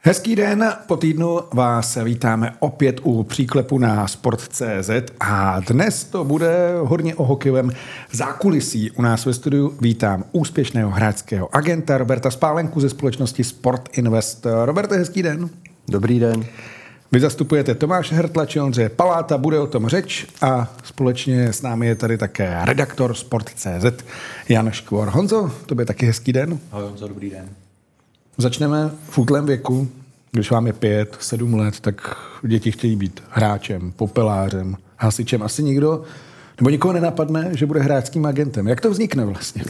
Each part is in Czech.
Hezký den, po týdnu vás vítáme opět u příklepu na Sport.cz a dnes to bude hodně o hokejovém zákulisí. U nás ve studiu vítám úspěšného hráčského agenta Roberta Spálenku ze společnosti Sport Invest. Roberte, hezký den. Dobrý den. Vy zastupujete Tomáše Hertla či Ondřeje Paláta, bude o tom řeč a společně s námi je tady také redaktor Sport.cz Jan Škvor. Honzo, tobě taky hezký den. Ahoj Honzo, dobrý den. Začneme v útlém věku. Když vám je 5-7 let, tak děti chtějí být hráčem, popelářem, hasičem. Asi nikdo, nebo nikoho nenapadne, že bude hráčským agentem. Jak to vznikne vlastně?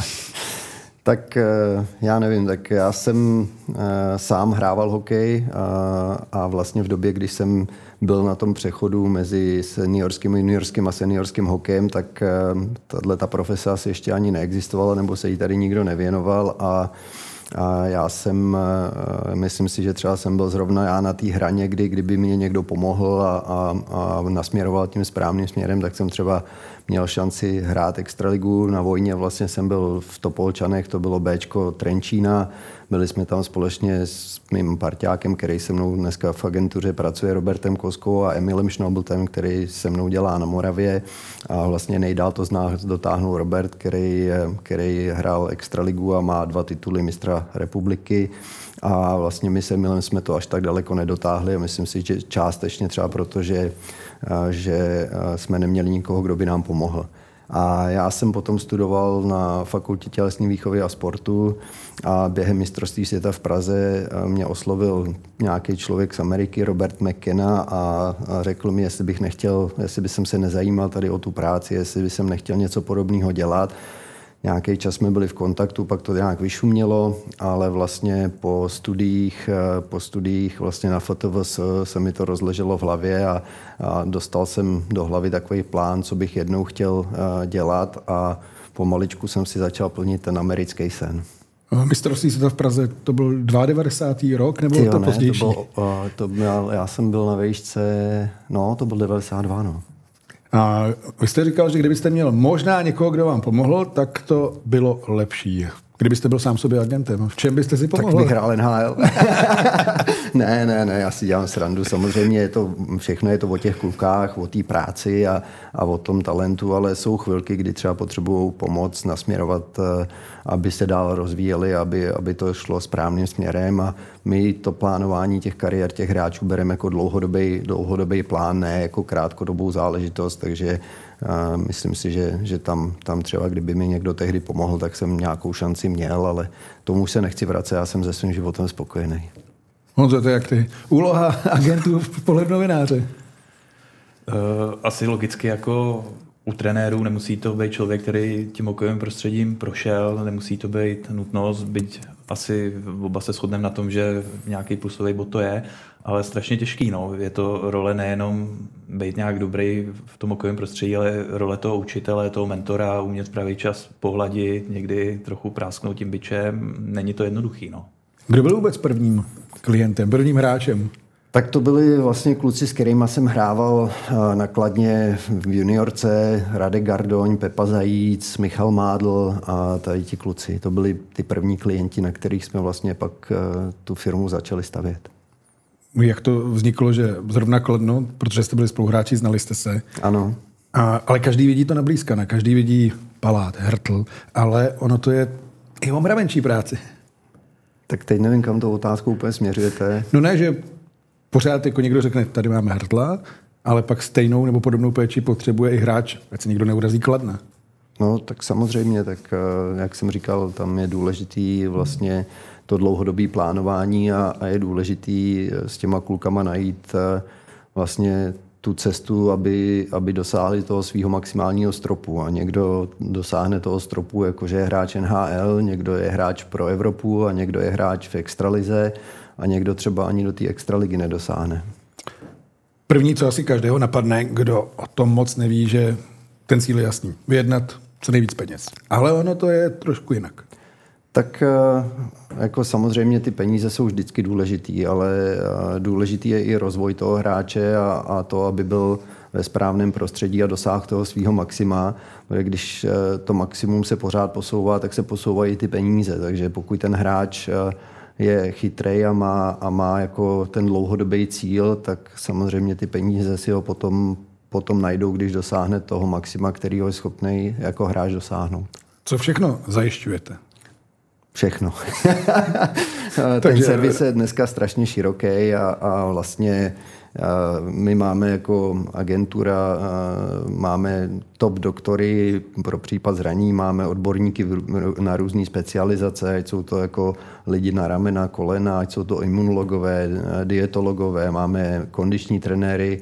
Tak já nevím, tak já jsem sám hrával hokej a vlastně v době, když jsem byl na tom přechodu mezi seniorským, juniorským a seniorským hokejem, tak tato profese asi ještě ani neexistovala, nebo se jí tady nikdo nevěnoval a já jsem, myslím si, že třeba jsem byl zrovna já na té hraně, kdyby mě někdo pomohl a nasměroval tím správným směrem, tak jsem třeba měl šanci hrát extraligu. Na Vojně vlastně jsem byl v Topolčanech, to bylo Bčko Trenčína. Byli jsme tam společně s mým parťákem, který se mnou dneska v agentuře pracuje, Robertem Koskou a Emilem Schnobeltem, který se mnou dělá na Moravě. A vlastně nejdál to z nás dotáhnul Robert, který hrál extraligu a má 2 tituly mistra republiky. A vlastně my s Emilem jsme to až tak daleko nedotáhli a myslím si, že částečně třeba proto, že jsme neměli nikoho, kdo by nám pomohl. A já jsem potom studoval na Fakultě tělesné výchovy a sportu a během mistrovství světa v Praze mě oslovil nějaký člověk z Ameriky, Robert McKenna, a řekl mi, jestli bych se nezajímal tady o tu práci, jestli bych nechtěl něco podobného dělat. Nějaký čas jsme byli v kontaktu, pak to nějak vyšumělo, ale vlastně po studiích vlastně na FTVS se mi to rozleželo v hlavě a dostal jsem do hlavy takový plán, co bych jednou chtěl dělat a pomaličku jsem si začal plnit ten americký sen. Mistrovství světa v Praze, to byl 92. rok, nebo to pozdější? Já jsem byl na výšce, to byl 92, no. A vy jste říkal, že kdybyste měl možná někoho, kdo vám pomohl, tak to bylo lepší. Kdybyste byl sám sobě agentem, v čem byste si pomohl? Tak bych hrál NHL. Ne, já si dělám srandu. Samozřejmě všechno je to o těch klukách, o té práci a o tom talentu, ale jsou chvilky, kdy třeba potřebují pomoc nasměrovat, aby se dál rozvíjeli, aby to šlo správným směrem a my to plánování těch kariér těch hráčů bereme jako dlouhodobý plán, ne jako krátkodobou záležitost, takže myslím si, že tam třeba, kdyby mi někdo tehdy pomohl, tak jsem nějakou šanci měl, ale tomu se nechci vracet, já jsem se svým životem spokojený. Honzo, to je jak ty? Úloha agentů v pohledu novináře? Asi logicky jako u trenérů nemusí to být člověk, který tím hokejovým prostředím prošel, nemusí to být nutnost, byť asi oba se shodneme na tom, že nějaký plusový bod to je, ale strašně těžký. Je to role nejenom být nějak dobrý v tom hokejovém prostředí, ale role toho učitele, toho mentora, umět pravý čas pohladit, někdy trochu prásknout tím bičem. Není to jednoduchý. Kdo byl vůbec prvním klientem, prvním hráčem? Tak to byli vlastně kluci, s kterými jsem hrával na Kladně v juniorce, Radek Gardoň, Pepa Zajíc, Michal Mádl a tady ti kluci. To byli ty první klienti, na kterých jsme vlastně pak tu firmu začali stavět. Jak to vzniklo, že zrovna Kladno, protože jste byli spoluhráči, znali jste se? Ano. Ale každý vidí to nablízka, každý vidí Palát, Hertl, ale ono to je i o mravenčí práci. Tak teď nevím, kam to otázku úplně směřujete. No ne, že pořád jako někdo řekne, tady máme Hertla, ale pak stejnou nebo podobnou péči potřebuje i hráč, ať se nikdo neurazí Kladna. No tak samozřejmě, tak jak jsem říkal, tam je důležitý vlastně to dlouhodobé plánování a je důležitý s těma klukama najít vlastně tu cestu, aby dosáhli toho svého maximálního stropu. A někdo dosáhne toho stropu, jakože je hráč NHL, někdo je hráč pro Evropu a někdo je hráč v extralize a někdo třeba ani do té extraligy nedosáhne. První, co asi každého napadne, kdo o tom moc neví, že ten cíl je jasný. Vyjednat co nejvíc peněz. Ale ono to je trošku jinak. Tak jako samozřejmě ty peníze jsou vždycky důležitý, ale důležitý je i rozvoj toho hráče a to, aby byl ve správném prostředí a dosáhl toho svého maxima. Protože když to maximum se pořád posouvá, tak se posouvají ty peníze. Takže pokud ten hráč je chytrej a má jako ten dlouhodobý cíl, tak samozřejmě ty peníze si ho potom najdou, když dosáhne toho maxima, který ho je schopný jako hráč dosáhnout. Co všechno zajišťujete? Všechno. Ten servis je dneska strašně široký a vlastně my máme jako agentura, máme top doktory pro případ zraní, máme odborníky na různé specializace, ať jsou to jako lidi na ramena, kolena, ať jsou to imunologové, dietologové, máme kondiční trenéry,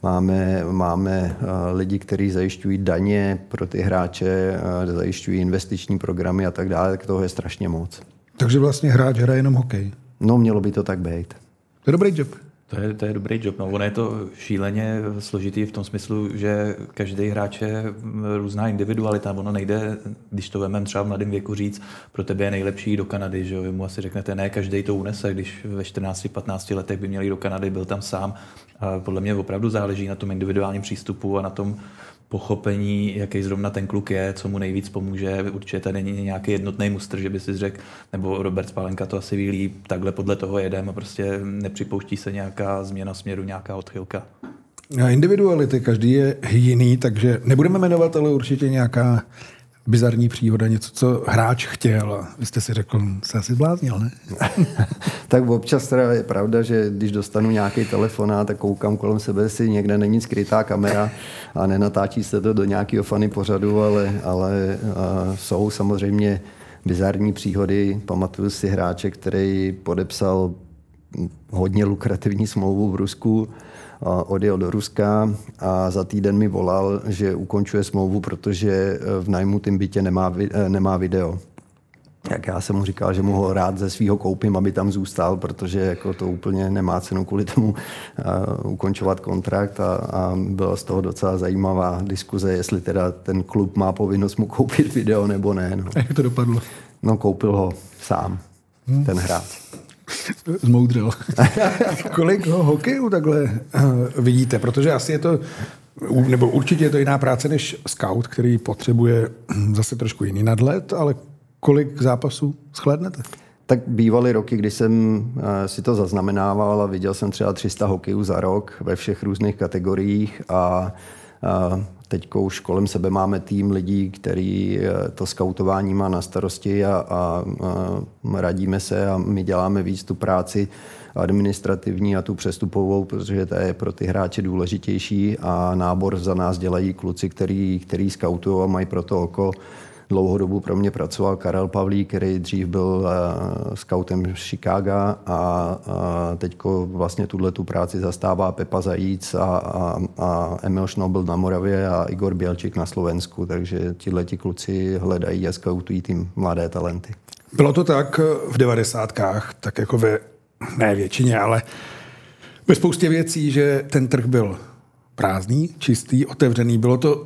máme lidi, kteří zajišťují daně pro ty hráče, zajišťují investiční programy a tak dále, tak toho je strašně moc. Takže vlastně hráč hraje jenom hokej? No, mělo by to tak být. To je dobrý job. To je dobrý job. No, ono je to šíleně složitý v tom smyslu, že každý hráč je různá individualita. Ono nejde, když to vememe třeba v mladém věku říct, pro tebe je nejlepší do Kanady, že jo? Mu asi řeknete, ne, každý to unese, když ve 14-15 letech by měl jít do Kanady, byl tam sám. A podle mě opravdu záleží na tom individuálním přístupu a na tom pochopení, jaký zrovna ten kluk je, co mu nejvíc pomůže. Určitě tady není nějaký jednotný mustr, že by si řekl, nebo Robert Spalenka to asi ví líp, takhle podle toho jedeme a prostě nepřipouští se nějaká změna směru, nějaká odchylka. A individuality, každý je jiný, takže nebudeme jmenovat, ale určitě nějaká bizarní příhoda, něco, co hráč chtěl a vy jste si řekl, se asi zbláznil, ne? Tak občas teda je pravda, že když dostanu nějaký telefonát a koukám kolem sebe, jestli někde není skrytá kamera a nenatáčí se to do nějakého funny pořadu, ale jsou samozřejmě bizarní příhody. Pamatuju si hráče, který podepsal hodně lukrativní smlouvu v Rusku, odjel do Ruska a za týden mi volal, že ukončuje smlouvu, protože v najmutém bytě nemá video. Jak já jsem mu říkal, že mu ho rád ze svého koupím, aby tam zůstal, protože jako to úplně nemá cenu kvůli tomu ukončovat kontrakt a byla z toho docela zajímavá diskuze, jestli teda ten klub má povinnost mu koupit video nebo ne. No. Jak to dopadlo? No, koupil ho sám, ten hráč. Zmoudřil. Kolik hokeju takhle vidíte? Protože asi je to, nebo určitě je to jiná práce než scout, který potřebuje zase trošku jiný nadhled, ale kolik zápasů shlédnete? Tak bývaly roky, kdy jsem si to zaznamenával a viděl jsem třeba 300 hokejů za rok ve všech různých kategoriích a teď už kolem sebe máme tým lidí, který to skautování má na starosti a radíme se a my děláme víc tu práci administrativní a tu přestupovou, protože to je pro ty hráče důležitější a nábor za nás dělají kluci, který skautují a mají pro to oko. Dlouhou dobu pro mě pracoval Karel Pavlík, který dřív byl skautem z Chicaga a teďko vlastně tu práci zastává Pepa Zajíc a Emil Schnobl na Moravě a Igor Bělčík na Slovensku, takže tihleti kluci hledají a skautují tým mladé talenty. Bylo to tak v 90kách, tak jako ne většině, ale ve spoustě věcí, že ten trh byl prázdný, čistý, otevřený. Bylo to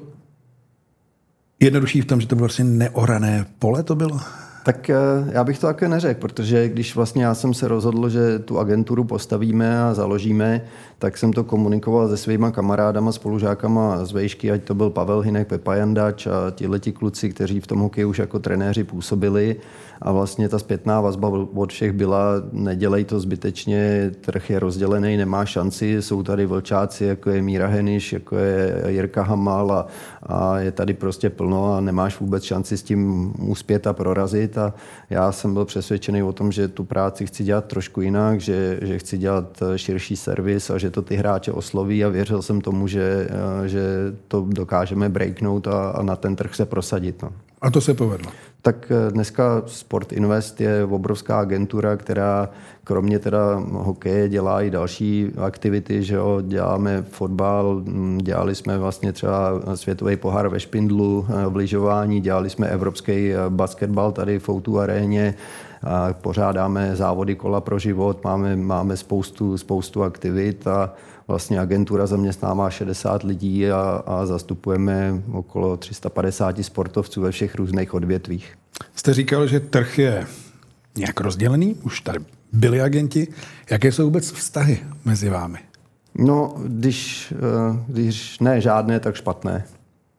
jednodušší v tom, že to bylo vlastně neorané pole to bylo? Tak já bych to také neřekl, protože když vlastně já jsem se rozhodl, že tu agenturu postavíme a založíme, tak jsem to komunikoval se svýma kamarádama, spolužákama z vejšky, ať to byl Pavel Hynek, Pepa Jandač a tihleti kluci, kteří v tom hokeji už jako trenéři působili. A vlastně ta zpětná vazba od všech byla, nedělej to zbytečně, trh je rozdělený, nemá šanci, jsou tady vlčáci, jako je Míra Heniš, jako je Jirka Hamal a je tady prostě plno a nemáš vůbec šanci s tím uspět a prorazit. A já jsem byl přesvědčený o tom, že tu práci chci dělat trošku jinak, že chci dělat širší servis a že to ty hráče osloví a věřil jsem tomu, že to dokážeme breaknout a na ten trh se prosadit. No. A to se povedlo. Tak dneska Sport Invest je obrovská agentura, která kromě teda hokeje dělá i další aktivity, že jo, děláme fotbal, dělali jsme vlastně třeba světový pohár ve Špindlu v lyžování, dělali jsme evropský basketbal tady v O2 aréně, pořádáme závody kola pro život, máme spoustu aktivit a vlastně agentura zaměstnává 60 lidí a zastupujeme okolo 350 sportovců ve všech různých odvětvích. Jste říkal, že trh je nějak rozdělený, už tady byli agenti. Jaké jsou vůbec vztahy mezi vámi? No, když ne žádné, tak špatné.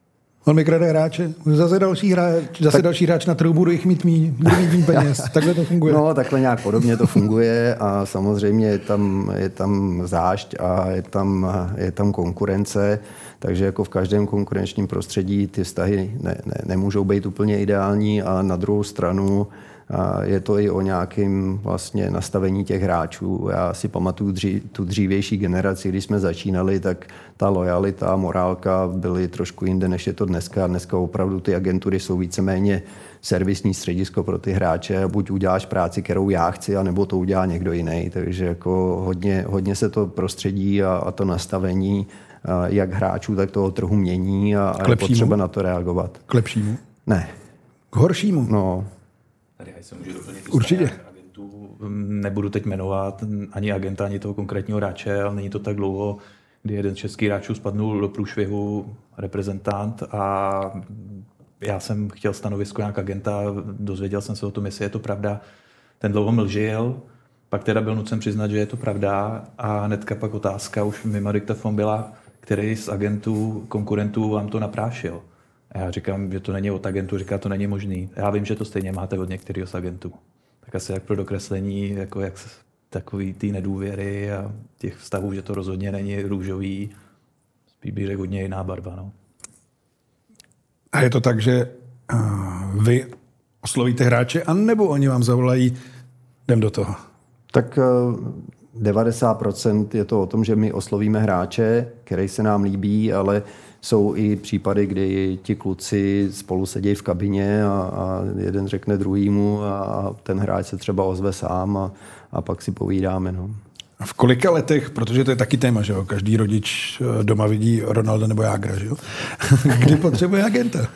On mi krade hráče. Zase další hráč na trhu, budu mít míň peněz. Takhle to funguje. No, takhle nějak podobně to funguje a samozřejmě je tam zášť a je tam konkurence, takže jako v každém konkurenčním prostředí ty vztahy nemůžou být úplně ideální a na druhou stranu je to i o nějakém vlastně nastavení těch hráčů. Já si pamatuju tu dřívější generaci, když jsme začínali, tak ta lojalita a morálka byly trošku jinde, než je to dneska. Dneska opravdu ty agentury jsou víceméně servisní středisko pro ty hráče. Buď uděláš práci, kterou já chci, anebo to udělá někdo jiný. Takže jako hodně se to prostředí a to nastavení jak hráčů, tak toho trhu mění a je potřeba na to reagovat. K lepšímu? Ne. K horšímu? No. Tady já se můžu doplnit. Určitě. Agentů, nebudu teď jmenovat ani agenta, ani toho konkrétního hráče, ale není to tak dlouho, kdy jeden z českých hráčů spadnul do průšvihu, reprezentant, a já jsem chtěl stanovisko nějak agenta, dozvěděl jsem se o tom, jestli je to pravda. Ten dlouho mlžil, pak teda byl nucen přiznat, že je to pravda, a hnedka pak otázka už mimo diktafon byla, který z agentů, konkurentů vám to naprášil. A já říkám, že to není od agentů, říká, to není možný. Já vím, že to stejně máte od některého z agentů. Tak asi jak pro dokreslení, jako jak takový ty nedůvěry a těch vztahů, že to rozhodně není růžový, spíš bych řekl hodně jiná barva. No. A je to tak, že vy oslovíte hráče, anebo oni vám zavolají, jdem do toho? Tak 90% je to o tom, že my oslovíme hráče, který se nám líbí, ale jsou i případy, kdy ti kluci spolu sedí v kabině a jeden řekne druhýmu a ten hráč se třeba ozve sám a pak si povídáme. No. A v kolika letech, protože to je taky téma, že jo? Každý rodič doma vidí Ronalda nebo Jágra, že jo? Kdy potřebuje agenta?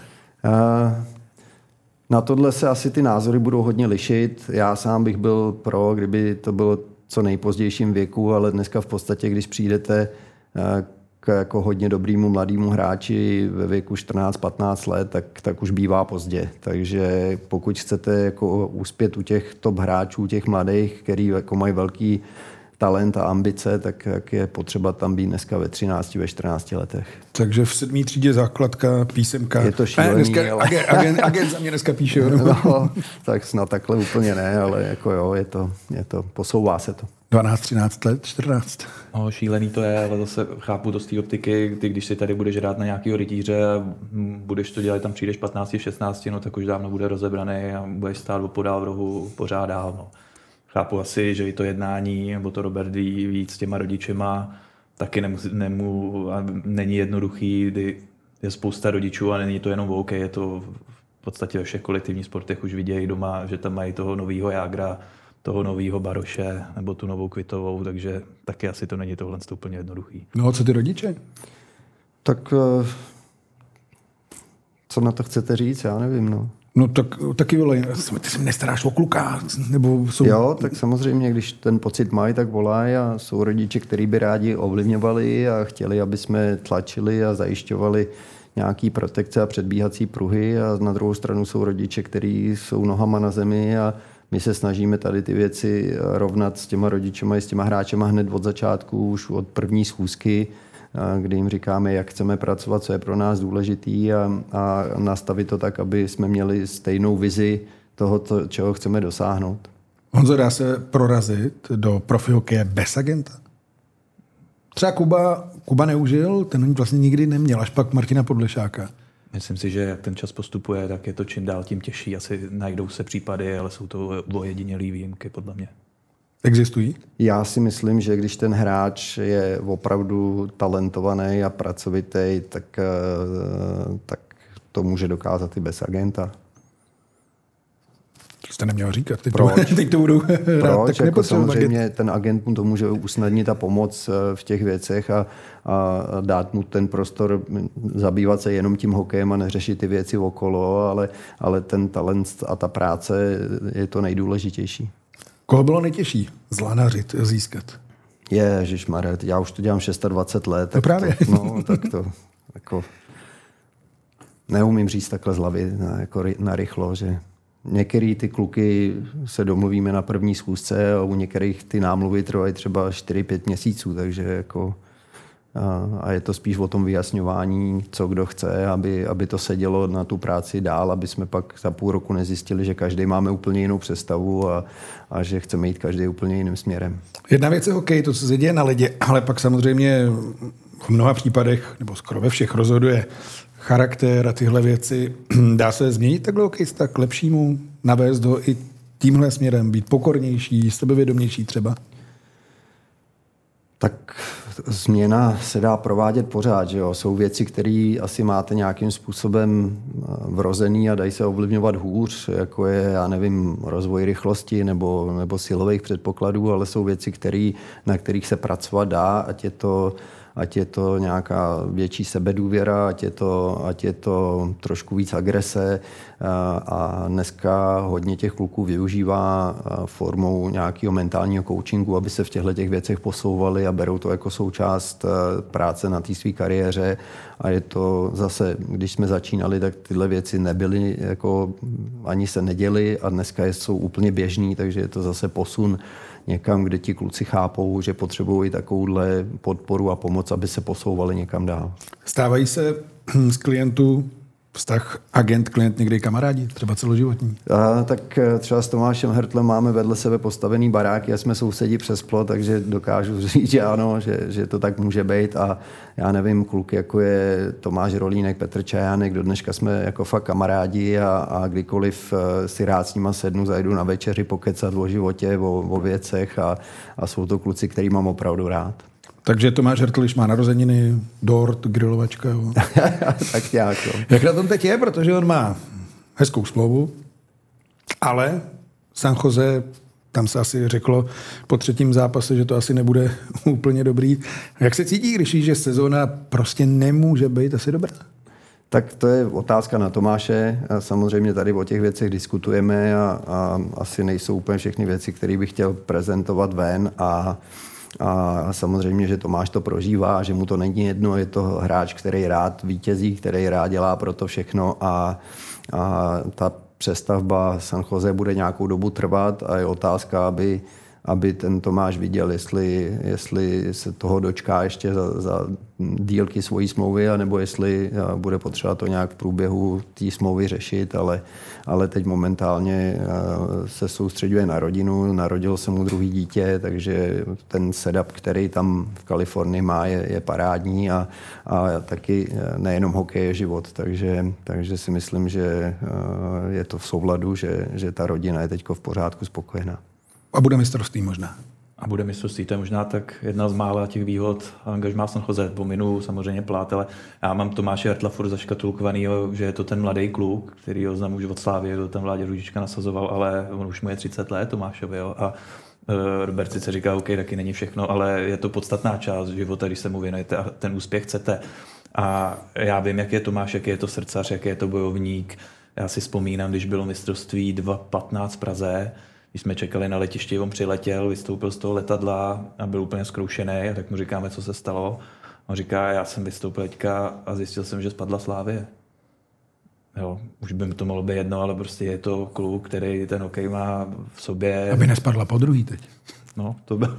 Na tohle se asi ty názory budou hodně lišit. Já sám bych byl pro, kdyby to bylo co nejpozdějším věku, ale dneska v podstatě, když přijdete k jako hodně dobrýmu mladému hráči ve věku 14-15 let, tak už bývá pozdě. Takže pokud chcete jako uspět u těch top hráčů, těch mladých, který jako mají velký talent a ambice, tak je potřeba tam být dneska ve 13, ve 14 letech. Takže v 7. třídě základka, písemka. Je to šílený, ale... agent za mě dneska píše. No, tak snad takhle úplně ne, ale jako jo, je to, posouvá se to. 12, 13 let, 14. No, šílený to je, ale zase chápu to z té optiky, ty když si tady budeš hrát na nějakýho rytíře a budeš to dělat, tam přijdeš 15, 16, no tak už dávno bude rozebraný a budeš stát opodál v rohu pořád dál. No. Chápu asi, že i to jednání, nebo to Robert ví víc s těma rodičema, taky není jednoduchý, kdy je spousta rodičů a není to jenom OK, je to v podstatě ve všech kolektivních sportech už vidějí doma, že tam mají toho novýho Jágra, toho novýho Baroše nebo tu novou Kvitovou, takže taky asi to není tohle úplně jednoduchý. No a co ty rodiče? Tak co na to chcete říct, já nevím, no. No tak taky volají, ty se nestaráš o kluka, nebo jsou... Jo, tak samozřejmě, když ten pocit mají, tak volají a jsou rodiče, kteří by rádi ovlivňovali a chtěli, aby jsme tlačili a zajišťovali nějaký protekce a předbíhací pruhy, a na druhou stranu jsou rodiče, kteří jsou nohama na zemi a my se snažíme tady ty věci rovnat s těma rodičema i s těma hráčema hned od začátku, už od první schůzky, kdy jim říkáme, jak chceme pracovat, co je pro nás důležitý a nastavit to tak, aby jsme měli stejnou vizi toho, čeho chceme dosáhnout. Honzo, dá se prorazit do profihokeje bez agenta? Třeba Kuba neužil, ten vlastně nikdy neměl, až pak Martina Podlešáka. Myslím si, že jak ten čas postupuje, tak je to čím dál tím těžší. Asi najdou se případy, ale jsou to ojedinělý výjimky, podle mě. Existují? Já si myslím, že když ten hráč je opravdu talentovaný a pracovitý, tak to může dokázat i bez agenta. To jste neměl říkat. Proč? To budou hrát, tak jako samozřejmě ten agent mu to může usnadnit a pomoct v těch věcech a dát mu ten prostor zabývat se jenom tím hokejem a neřešit ty věci okolo, ale ten talent a ta práce je to nejdůležitější. Koho bylo nejtěžší zlanařit, získat? Ježišmarja, já už to dělám 26 let. Tak právě. Tak to jako neumím říct takhle z hlavy na rychlo, že některý ty kluky se domluvíme na první schůzce a u některých ty námluvy trvají třeba 4-5 měsíců, takže jako A je to spíš o tom vyjasňování, co kdo chce, aby to sedělo na tu práci dál, aby jsme pak za půl roku nezjistili, že každý máme úplně jinou představu a že chceme jít každý úplně jiným směrem. Jedna věc je hokej, to, co se děje na ledě, ale pak samozřejmě v mnoha případech, nebo skoro ve všech, rozhoduje charakter a tyhle věci. Dá se změnit takhle hokejista k lepšímu, navést ho i tímhle směrem, být pokornější, sebevědomější třeba? Tak změna se dá provádět pořád, že jo? Jsou věci, které asi máte nějakým způsobem vrozený a dají se ovlivňovat hůř, jako je, já nevím, rozvoj rychlosti nebo silových předpokladů, ale jsou věci, na kterých se pracovat dá, ať je to nějaká větší sebedůvěra, ať je to trošku víc agrese. A dneska hodně těch kluků využívá formou nějakého mentálního coachingu, aby se v těchto věcech posouvali a berou to jako součást práce na té své kariéře. A je to zase, když jsme začínali, tak tyhle věci nebyly, jako ani se neděly a dneska jsou úplně běžný, takže je to zase posun někam, kde ti kluci chápou, že potřebují takovouhle podporu a pomoc, aby se posouvali někam dál. Stávají se z klientů vztah agent-klient někdy kamarádi, třeba celoživotní? Tak třeba s Tomášem Hertlem máme vedle sebe postavený baráky a jsme sousedí přes plot, takže dokážu říct, že ano, že to tak může být. A já nevím, kluky jako je Tomáš Rolínek, Petr Čajánek, do dneška jsme jako fakt kamarádi a kdykoliv si rád s nima sednu, zajdu na večeři pokecat o životě, o věcech a jsou to kluci, který mám opravdu rád. Takže Tomáš Hertl, když má narozeniny, dort, grilovačka. Jo. Tak nějak. Jo. Jak na tom teď je, protože on má hezkou smlouvu, ale San Jose, tam se asi řeklo po třetím zápase, že to asi nebude úplně dobrý. Jak se cítí, když ví, že sezóna prostě nemůže být asi dobrá? Tak to je otázka na Tomáše. Samozřejmě tady o těch věcech diskutujeme a asi nejsou úplně všechny věci, které bych chtěl prezentovat ven a samozřejmě, že Tomáš to prožívá, že mu to není jedno, je to hráč, který rád vítězí, který rád dělá pro to všechno a ta přestavba San Jose bude nějakou dobu trvat a je otázka, aby ten Tomáš viděl, jestli se toho dočká ještě za dílky svojí smlouvy, anebo jestli bude potřeba to nějak v průběhu té smlouvy řešit, ale teď momentálně se soustředuje na rodinu, narodilo se mu druhý dítě, takže ten setup, který tam v Kalifornii má, je parádní a taky nejenom hokej je život, takže si myslím, že je to v souladu, že ta rodina je teď v pořádku, spokojená. A bude mistrovství možná. A bude mistrovství, to je možná tak jedna z mála těch výhod angažmá San Jose. Pominu samozřejmě Plát, ale já mám Tomáše Hertla furt zaškatulkovanýho, že je to ten mladý kluk, který ho znám už od Slávy, kdo tam Vládě Růžička nasazoval, ale on už mu je 30 let, Tomášovi, jo, a Robert sice říká, OK, taky není všechno, ale je to podstatná část života, když se mu věnujete a ten úspěch chcete. A já vím, jak je Tomáš, jak je to srdcař, jak je to bojovník. Já si vzpomínám, když bylo mistrovství 2015 v Praze, když jsme čekali na letišti, on přiletěl, vystoupil z toho letadla a byl úplně zkroušený, a tak mu říkáme, co se stalo. On říká, já jsem vystoupil teďka a zjistil jsem, že spadla Slávie. Jo, už by mi to mohlo být jedno, ale prostě je to kluk, který ten hokej má v sobě. Aby nespadla po druhý teď. No, to bylo.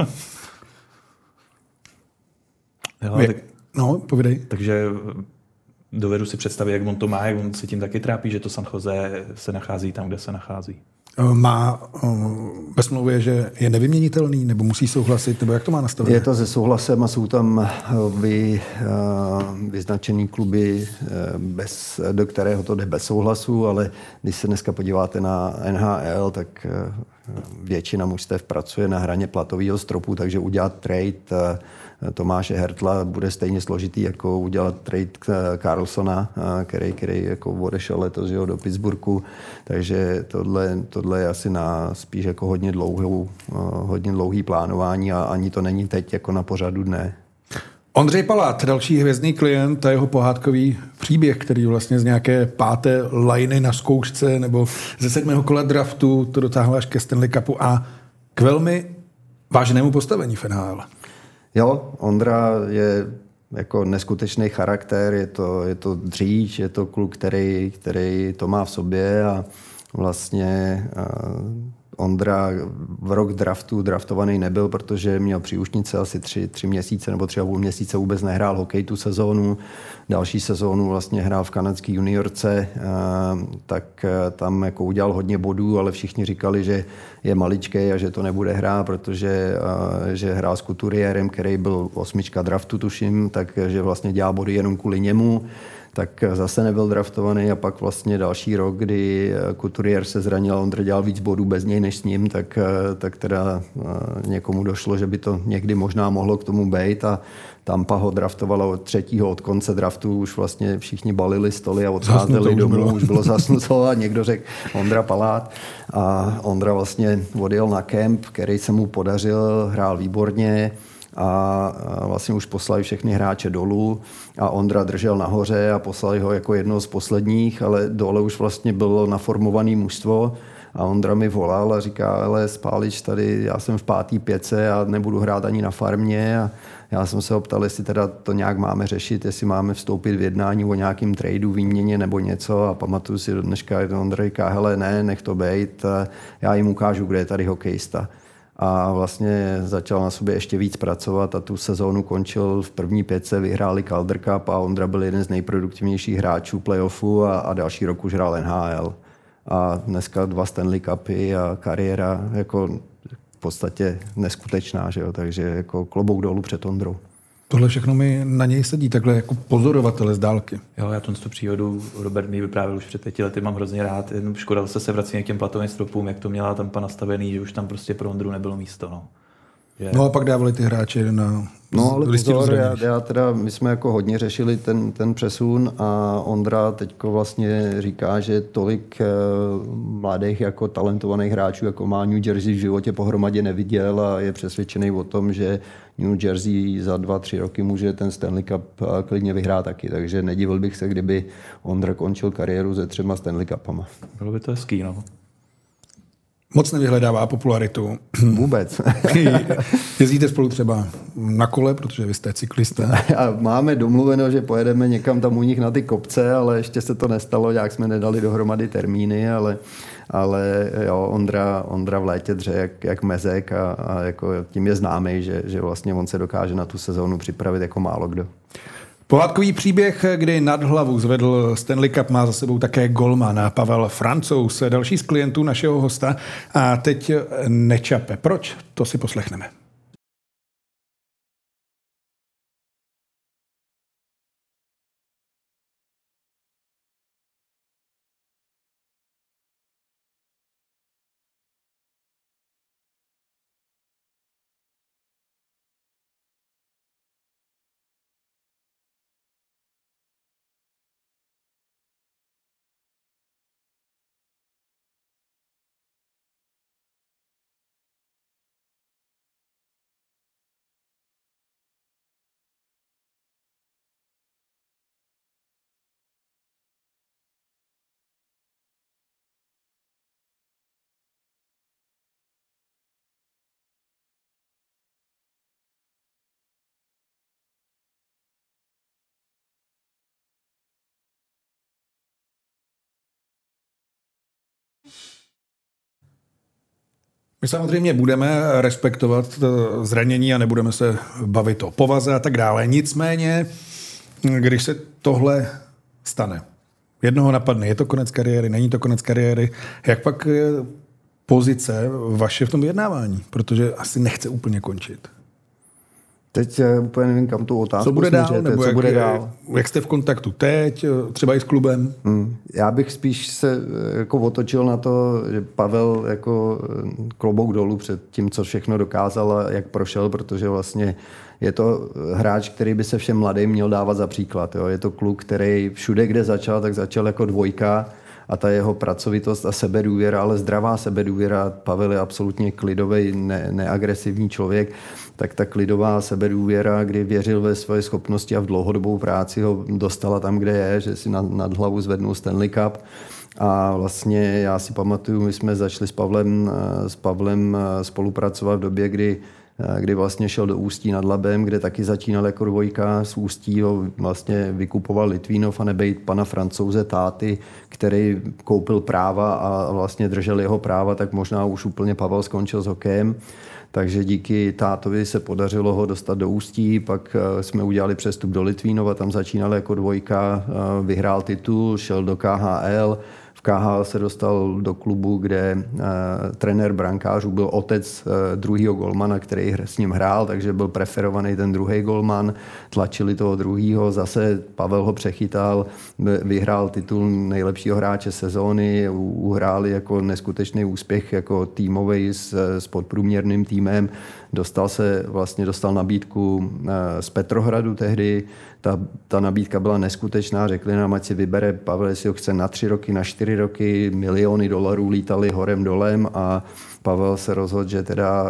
No, povídej. Takže dovedu si představit, jak on to má, jak on se tím taky trápí, že to San Jose se nachází tam, kde se nachází. Má ve smlouvě, že je nevyměnitelný, nebo musí souhlasit, nebo jak to má nastavené? Je to se souhlasem a jsou tam vyznačený kluby, do kterého to jde bez souhlasu, ale když se dneska podíváte na NHL, tak většina mužstev pracuje na hraně platového stropu, takže udělat trade Tomáše Hertla bude stejně složitý, jako udělat trade Carlsona, který jako odešel letos do Pittsburghu. Takže tohle je asi na spíš jako hodně dlouhý plánování a ani to není teď jako na pořadu dne. Ondřej Palát, další hvězdný klient a jeho pohádkový příběh, který vlastně z nějaké 5. lajny na zkoušce nebo ze 7. kola draftu to dotáhl až ke Stanley Cupu a k velmi vážnému postavení v NHL. Jo, Ondra je jako neskutečný charakter, je to dříč, je to kluk, který to má v sobě a vlastně Ondra v rok draftovaný nebyl, protože měl příušnice asi 3 měsíce nebo 3,5 měsíce, vůbec nehrál hokej tu sezónu. Další sezónu vlastně hrál v kanadské juniorce, tak tam jako udělal hodně bodů, ale všichni říkali, že je maličký a že to nebude hrát, protože že hrál s Couturierem, který byl 8. draftu, tuším, takže vlastně dělá body jenom kvůli němu. Tak zase nebyl draftovaný a pak vlastně další rok, kdy Couturier se zranil a Ondra dělal víc bodů bez něj než s ním, tak teda někomu došlo, že by to někdy možná mohlo k tomu být a Tampa ho draftovala od 3. od konce draftu, už vlastně všichni balili stoly a odcházeli domů, už bylo zasnuto a někdo řekl Ondra Palát a Ondra vlastně odjel na kemp, který se mu podařil, hrál výborně, a vlastně už poslali všechny hráče dolů a Ondra držel nahoře a poslali ho jako jednoho z posledních, ale dole už vlastně bylo naformované mužstvo a Ondra mi volal a říká, ale Spálič, tady já jsem v 5. pětce a nebudu hrát ani na farmě a já jsem se ho ptal, jestli teda to nějak máme řešit, jestli máme vstoupit v jednání o nějakým tradu, výměně nebo něco a pamatuju si do dneška, že Ondra říká, hele ne, nech to bejt, já jim ukážu, kde je tady hokejista. A vlastně začal na sobě ještě víc pracovat a tu sezónu končil v 1. pětce, vyhráli Calder Cup a Ondra byl jeden z nejproduktivnějších hráčů playoffu a další rok už hrál NHL. A dneska 2 Stanley Cupy a kariéra jako v podstatě neskutečná, že jo? Takže jako klobouk dolů před Ondrou. Tohle všechno mi na něj sedí takhle jako pozorovatele z dálky. Jo, já tu příhodu Robert mi vyprávěl už před 5 lety, mám hrozně rád. Jenom škoda se vracím k těm platovým stropům, jak to měla Tampa nastavený, že už tam prostě pro Ondru nebylo místo. No. No a pak dávali ty hráče na ale pozor, my jsme jako hodně řešili ten přesun a Ondra teďko vlastně říká, že tolik mladých jako talentovaných hráčů, jako má New Jersey v životě pohromadě neviděl a je přesvědčený o tom, že New Jersey za 2-3 roky může ten Stanley Cup klidně vyhrát taky, takže nedivil bych se, kdyby Ondra končil kariéru se 3 Stanley Cupama. Bylo by to hezký, no. Moc nevyhledává popularitu. Vůbec. Jezdíte spolu třeba na kole, protože vy jste cyklista. A máme domluveno, že pojedeme někam tam u nich na ty kopce, ale ještě se to nestalo, jak jsme nedali dohromady termíny, ale jo, Ondra v létě dře jak mezek a jako tím je známý, že vlastně on se dokáže na tu sezónu připravit jako málo kdo. Pohádkový příběh, kdy nad hlavu zvedl Stanley Cup, má za sebou také golman Pavel Francouz, další z klientů našeho hosta. A teď nečape. Proč? To si poslechneme. My samozřejmě budeme respektovat zranění a nebudeme se bavit o povaze a tak dále. Nicméně, když se tohle stane, jednoho napadne, je to konec kariéry, není to konec kariéry, jak pak je pozice vaše v tom vyjednávání? Protože asi nechce úplně končit. Teď úplně nevím, kam tu otázku co bude dál, nebo co bude dál. Jak jste v kontaktu teď, třeba i s klubem? Já bych spíš se jako otočil na to, že Pavel jako klobouk dolů před tím, co všechno dokázal a jak prošel, protože vlastně je to hráč, který by se všem mladým měl dávat za příklad. Jo. Je to kluk, který všude, kde začal, tak začal jako dvojka a ta jeho pracovitost a sebedůvěra, ale zdravá sebedůvěra. Pavel je absolutně klidový, neagresivní člověk, tak ta klidová sebedůvěra, kdy věřil ve svoje schopnosti a v dlouhodobou práci ho dostala tam, kde je, že si nad hlavu zvednul Stanley Cup. A vlastně já si pamatuju, my jsme začali s Pavlem spolupracovat v době, kdy kdy vlastně šel do Ústí nad Labem, kde taky začínal jako dvojka. Z Ústí ho vlastně vykupoval Litvínov a nebejt pana Francouze táty, který koupil práva a vlastně držel jeho práva, tak možná už úplně Pavel skončil s hokejem. Takže díky tátovi se podařilo ho dostat do Ústí, pak jsme udělali přestup do Litvínova, tam začínal jako dvojka, vyhrál titul, šel do KHL. V KHL se dostal do klubu, kde trenér brankářů byl otec druhého golmana, který s ním hrál, takže byl preferovaný ten druhý golman. Tlačili toho druhýho, zase Pavel ho přechytal, vyhrál titul nejlepšího hráče sezóny, uhráli jako neskutečný úspěch jako týmový s podprůměrným týmem. Dostal nabídku z Petrohradu tehdy. Ta nabídka byla neskutečná, řekli nám, ať si vybere Pavel, jestli ho chce na 3 roky, na 4 roky, miliony dolarů lítali horem dolem a Pavel se rozhodl, že teda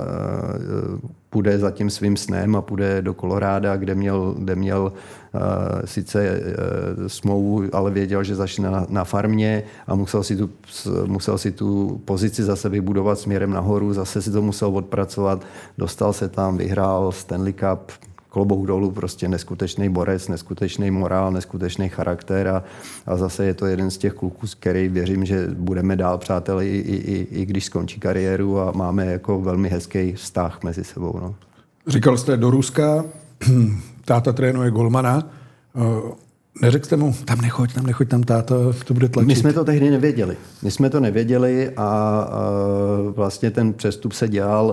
půjde za tím svým snem a půjde do Koloráda, kde měl sice smlouvu, ale věděl, že začne na farmě a musel si tu pozici zase vybudovat směrem nahoru, zase si to musel odpracovat, dostal se tam, vyhrál Stanley Cup, klobouk dolů, prostě neskutečný borec, neskutečný morál, neskutečný charakter a zase je to jeden z těch kluků, s který věřím, že budeme dál přáteli i když skončí kariéru a máme jako velmi hezký vztah mezi sebou. No. Říkal jste do Ruska, táta trénuje golmana, neřekl jste mu, tam nechoď, tam táta to bude tlačit. My jsme to tehdy nevěděli a vlastně ten přestup se dělal,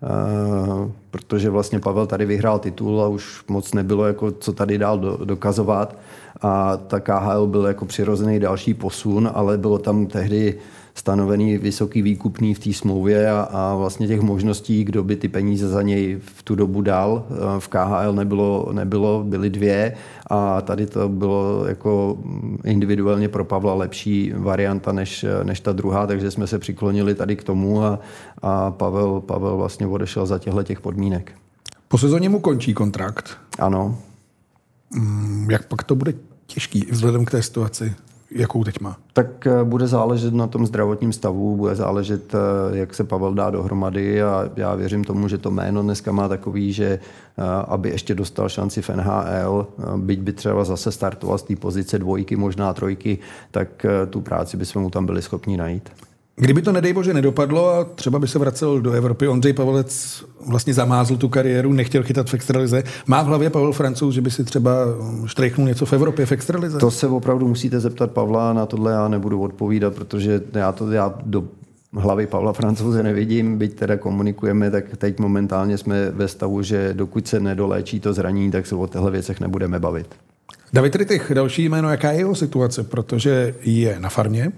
protože vlastně Pavel tady vyhrál titul a už moc nebylo, jako, co tady dál dokazovat. A ta KHL byl jako přirozený další posun, ale bylo tam tehdy stanovený vysoký výkupný v té smlouvě a vlastně těch možností, kdo by ty peníze za něj v tu dobu dal. V KHL nebylo, byly 2 a tady to bylo jako individuálně pro Pavla lepší varianta než ta druhá, takže jsme se přiklonili tady k tomu a Pavel vlastně odešel za těch podmínek. Po sezóně mu končí kontrakt. Ano. Jak pak to bude těžký vzhledem k té situaci? Jakou teď má? Tak bude záležet na tom zdravotním stavu, bude záležet, jak se Pavel dá dohromady a já věřím tomu, že to jméno dneska má takový, že aby ještě dostal šanci v NHL, byť by třeba zase startoval z té pozice 2, možná 3, tak tu práci bychom mu tam byli schopni najít. Kdyby to nedej bože nedopadlo a třeba by se vracel do Evropy, Ondřej Pavelec vlastně zamázl tu kariéru, nechtěl chytat v extralize. Má v hlavě Pavel Francouz, že by si třeba štrejchnul něco v Evropě v extralize? To se opravdu musíte zeptat Pavla, na tohle já nebudu odpovídat, protože já do hlavy Pavla Francouze nevidím, byť teda komunikujeme, tak teď momentálně jsme ve stavu, že dokud se nedoléčí to zranění, tak se o těchto věcech nebudeme bavit. David Rittich, další jméno, jaká je jeho situace, protože je na farmě?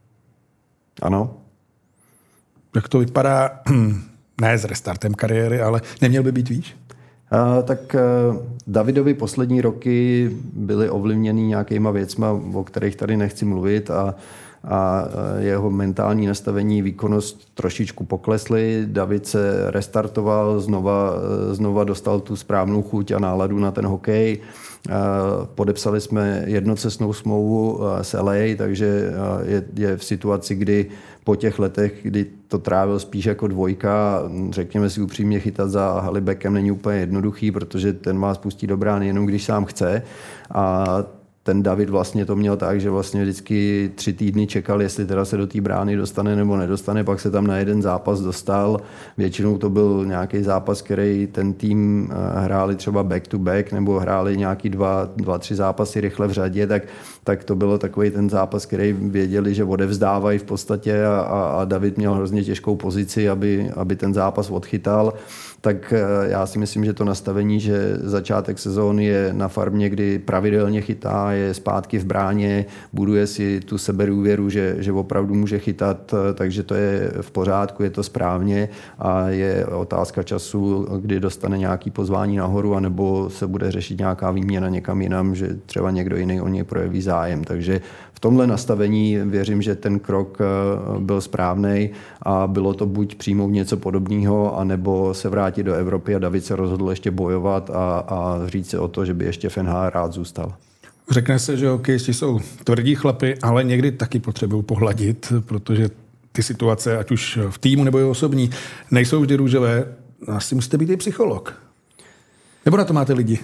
Ano. Jak to vypadá, ne s restartem kariéry, ale neměl by být výš? Tak Davidovi poslední roky byly ovlivněny nějakýma věcma, o kterých tady nechci mluvit a jeho mentální nastavení, výkonnost trošičku poklesly. David se restartoval, znova dostal tu správnou chuť a náladu na ten hokej. Podepsali jsme jednocestnou smlouvu s LA, takže je v situaci, kdy po těch letech, kdy to trávil spíš jako 2, řekněme si upřímně, chytat za Halibekem není úplně jednoduchý, protože ten má spustí do brány jenom když sám chce. A ten David vlastně to měl tak, že vlastně vždycky 3 týdny čekal, jestli teda se do té brány dostane nebo nedostane, pak se tam na jeden zápas dostal. Většinou to byl nějaký zápas, který ten tým hráli třeba back to back nebo hráli nějaký 2-3 zápasy rychle v řadě, tak to bylo takový ten zápas, který věděli, že odevzdávají v podstatě a David měl hrozně těžkou pozici, aby ten zápas odchytal. Tak já si myslím, že to nastavení, že začátek sezóny je na farmě, kdy pravidelně chytá, je zpátky v bráně, buduje si tu sebedůvěru, že opravdu může chytat, takže to je v pořádku, je to správně a je otázka času, kdy dostane nějaké pozvání nahoru, anebo se bude řešit nějaká výměna někam jinam, že třeba někdo jiný o něj projeví zájem. Takže v tomhle nastavení věřím, že ten krok byl správný a bylo to buď přijmout něco podobného, anebo se vrátit do Evropy a David se rozhodl ještě bojovat a říct si o to, že by ještě v NHL rád zůstal. Řekne se, že hokejisti jsou tvrdí chlapi, ale někdy taky potřebují pohladit, protože ty situace, ať už v týmu nebo i osobní, nejsou vždy růžové. asi musíte být i psycholog. Nebo na to máte lidi?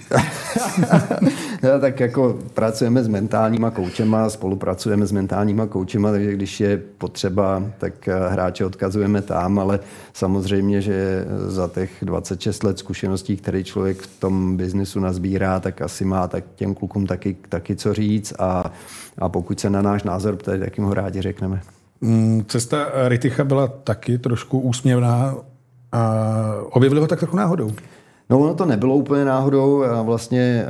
Tak jako pracujeme s mentálníma koučema, spolupracujeme s mentálníma koučema, takže když je potřeba, tak hráče odkazujeme tam, ale samozřejmě, že za těch 26 let zkušeností, které člověk v tom biznesu nazbírá, tak asi má tak těm klukům taky co říct a pokud se na náš názor ptají, tak jim ho rádi řekneme. Cesta Ryticha byla taky trošku úsměvná a objevili ho tak trochu náhodou. No ono to nebylo úplně náhodou. Já vlastně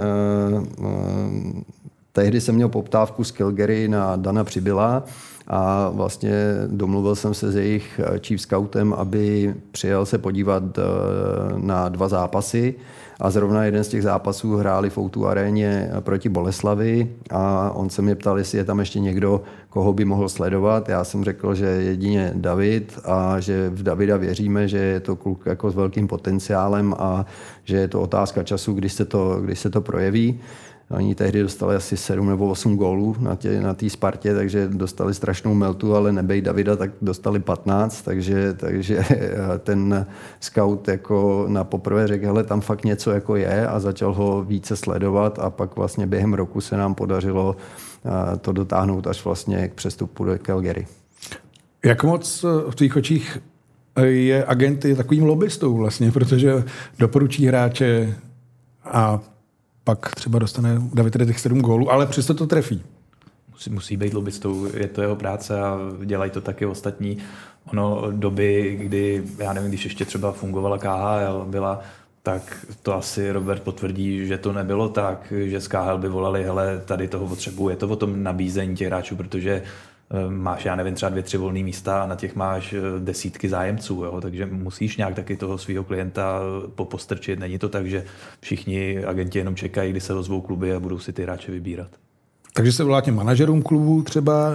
tehdy jsem měl poptávku z Calgary na Dana Přibyla a vlastně domluvil jsem se s jejich chief scoutem, aby přijel se podívat na 2 zápasy a zrovna jeden z těch zápasů hráli v O2 aréně proti Boleslavi a on se mě ptal, jestli je tam ještě někdo, koho by mohl sledovat. Já jsem řekl, že jedině David a že v Davida věříme, že je to kluk jako s velkým potenciálem a že je to otázka času, když se to projeví. Oni tehdy dostali asi 7 nebo 8 gólů na té Spartě, takže dostali strašnou meltu, ale nebej Davida, tak dostali 15, takže ten scout jako na poprvé řekl, hele, tam fakt něco jako je a začal ho více sledovat a pak vlastně během roku se nám podařilo to dotáhnout až vlastně k přestupu do Calgary. Jak moc v tvých očích je agent takovým lobbystou vlastně, protože doporučí hráče a pak třeba dostane David Rytich 7 gólů, ale přesto to trefí. Musí být lobbystou, je to jeho práce a dělají to taky ostatní. Ono doby, kdy, já nevím, když ještě třeba fungovala KHL, tak to asi Robert potvrdí, že to nebylo tak, že z KHL by volali, hele, tady toho potřebuji. Je to o tom nabízení těch hráčů, protože máš, já nevím, třeba 2-3 volné místa a na těch máš desítky zájemců, jo? Takže musíš nějak taky toho svého klienta postrčit. Není to tak, že všichni agenti jenom čekají, kdy se ozvou kluby a budou si ty hráče vybírat. Takže se volá těm manažerům klubů třeba.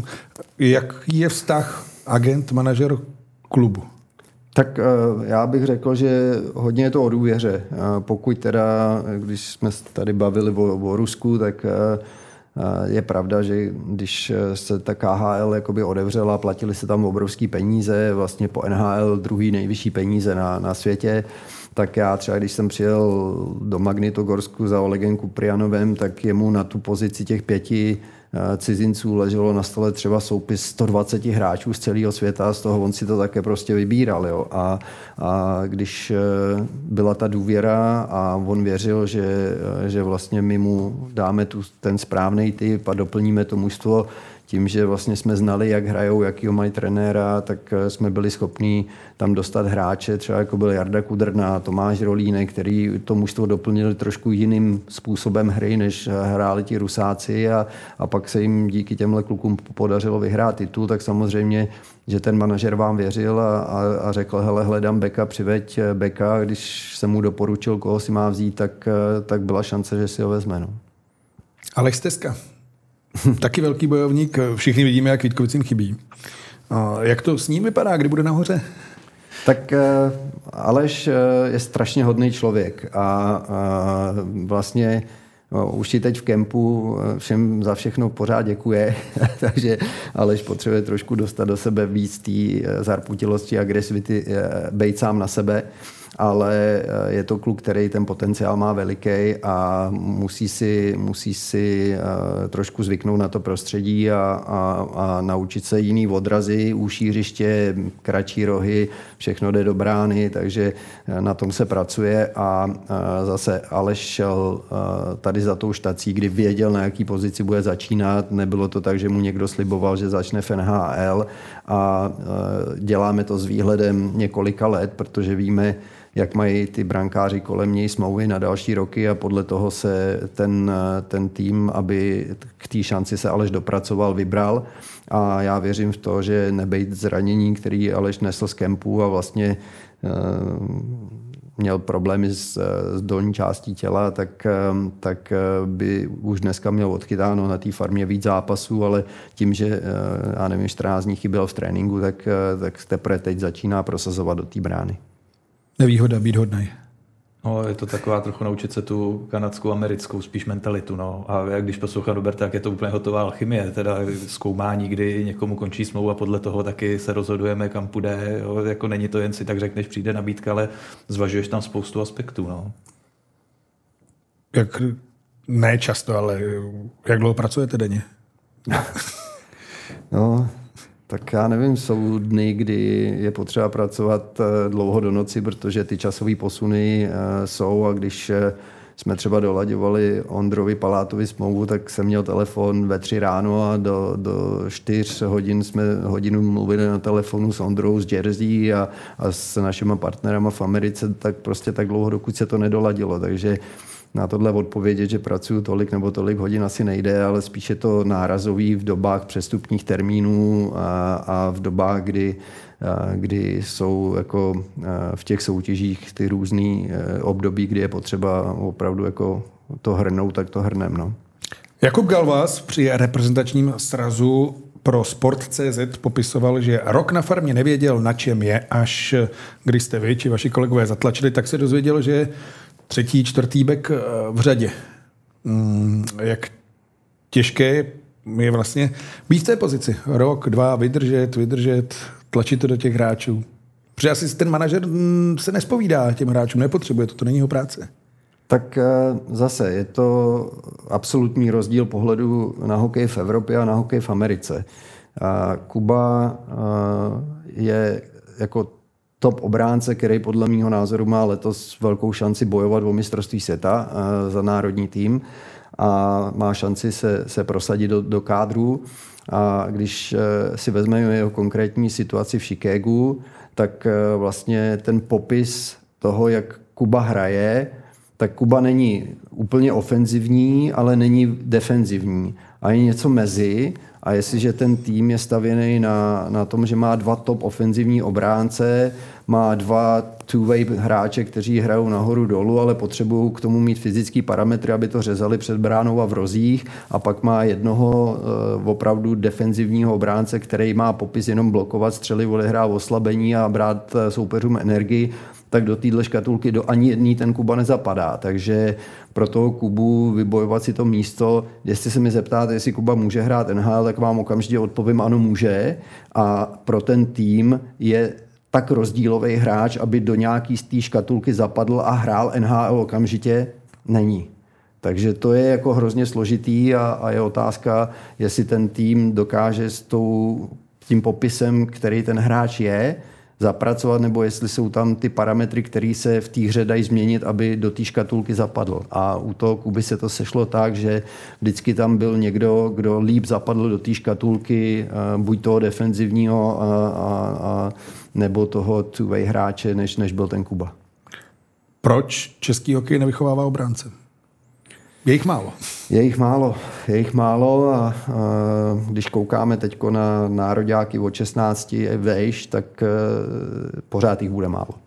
Jaký je vztah agent-manažer klubu? Tak já bych řekl, že hodně je to o důvěře. Pokud teda, když jsme tady bavili o Rusku, tak je pravda, že když se ta KHL jakoby odevřela, platili se tam obrovský peníze, vlastně po NHL druhý nejvyšší peníze na světě, tak já třeba, když jsem přijel do Magnitogorsku za Olegem Kuprianovem, tak jemu na tu pozici těch 5 cizinců leželo na stole třeba soupis 120 hráčů z celého světa, z toho on si to také prostě vybíral. Jo. A když byla ta důvěra a on věřil, že vlastně my mu dáme ten správný typ a doplníme to mužstvo tím, že vlastně jsme znali, jak hrajou, jakýho mají trenéra, tak jsme byli schopní tam dostat hráče, třeba jako byl Jarda Kudrna, Tomáš Rolínek, který to mužstvo doplnili trošku jiným způsobem hry, než hráli ti Rusáci a pak se jim díky těmhle klukům podařilo vyhrát titul, tak samozřejmě, že ten manažer vám věřil a řekl, hele, hledám beka, přiveď beka, když jsem mu doporučil, koho si má vzít, tak byla šance, že si ho vezme. No. Aleš Stezka. Taky velký bojovník, všichni vidíme, jak Vítkovicím chybí. Jak to s ním vypadá, kdy bude nahoře? Tak Aleš je strašně hodný člověk a vlastně už si teď v kempu všem za všechno pořád děkuje, takže Aleš potřebuje trošku dostat do sebe víc té zarputilosti, agresivity, bejt sám na sebe, ale je to kluk, který ten potenciál má veliký a musí si trošku zvyknout na to prostředí a naučit se jiný odrazy, úžší hřiště, kratší rohy, všechno jde do brány, takže na tom se pracuje a zase Aleš šel tady za tou štací, kdy věděl, na jaký pozici bude začínat. Nebylo to tak, že mu někdo sliboval, že začne v NHL a děláme to s výhledem několika let, protože víme, jak mají ty brankáři kolem něj smlouvy na další roky a podle toho se ten tým, aby k té šanci se Aleš dopracoval, vybral. A já věřím v to, že nebejt zranění, který Aleš nesl z kempu a vlastně měl problémy s dolní částí těla, tak by už dneska měl odchytáno na té farmě víc zápasů, ale tím, že já nevím, 14 dní chyběl v tréninku, tak teprve teď začíná prosazovat do té brány. Nevýhoda být hodnej. No, je to taková trochu naučit se tu kanadskou, americkou spíš mentalitu. No. A jak když poslouchám Roberta, tak je to úplně hotová alchymie, teda zkoumání, kdy někomu končí smlouva, podle toho taky se rozhodujeme, kam půjde. Jo. Jako není to jen si tak řekneš, přijde nabídka, ale zvažuješ tam spoustu aspektů. No. Jak, ne často, ale jak dlouho pracujete denně? No, tak já nevím, jsou dny, kdy je potřeba pracovat dlouho do noci, protože ty časové posuny jsou a když jsme třeba dolaďovali Ondrovi Palátovi smlouvu, tak jsem měl telefon ve 3 ráno a do 4 hodin jsme hodinu mluvili na telefonu s Ondrou z Jersey a s našimi partnerama v Americe, tak prostě tak dlouho, dokud se to nedoladilo. Takže na tohle odpovědět, že pracuju tolik nebo tolik hodin asi nejde, ale spíše to nárazový v dobách přestupních termínů a v dobách, kdy jsou jako v těch soutěžích ty různý období, kdy je potřeba opravdu jako to hrnout, tak to hrnem. No. Jakub Galvas při reprezentačním srazu pro Sport.cz popisoval, že rok na farmě nevěděl, na čem je, až když jste vy či vaši kolegové zatlačili, tak se dozvěděl, že je 3., 4. bek v řadě. Jak těžké je vlastně být v té pozici. Rok, 2, vydržet, tlačit to do těch hráčů. Protože asi ten manažer se nespovídá těm hráčům, nepotřebuje to není jeho práce. Tak zase je to absolutní rozdíl pohledu na hokej v Evropě a na hokej v Americe. Kuba je jako top obránce, který podle mého názoru má letos velkou šanci bojovat o mistrovství světa za národní tým a má šanci se prosadit do kádru. A když si vezmeme jeho konkrétní situaci v Chicagu, tak vlastně ten popis toho, jak Kuba hraje, tak Kuba není úplně ofenzivní, ale není defenzivní. A je něco mezi. A jestliže ten tým je stavěný na tom, že má 2 top ofenzivní obránce, má 2 two-way hráče, kteří hrajou nahoru dolů, ale potřebují k tomu mít fyzický parametry, aby to řezali před bránou a v rozích, a pak má jednoho opravdu defenzivního obránce, který má popis jenom blokovat střely, odehrát oslabení a brát soupeřům energii, tak do téhle škatulky do ani jedný ten Kuba nezapadá. Takže pro toho Kubu vybojovat si to místo, jestli se mi zeptáte, jestli Kuba může hrát NHL, tak vám okamžitě odpovím, ano, může. A pro ten tým je tak rozdílový hráč, aby do nějaký z té škatulky zapadl a hrál NHL okamžitě, není. Takže to je jako hrozně složitý a je otázka, jestli ten tým dokáže s tím popisem, který ten hráč je, zapracovat, nebo jestli jsou tam ty parametry, které se v té hře dají změnit, aby do té škatulky zapadl. A u toho Kuby se to sešlo tak, že vždycky tam byl někdo, kdo líp zapadl do té škatulky, buď toho defenzivního nebo toho two-way hráče, než byl ten Kuba. Proč český hokej nevychovává obránce? Je jich málo a když koukáme teď na nároďáky od 16 vejš, tak pořád jich bude málo.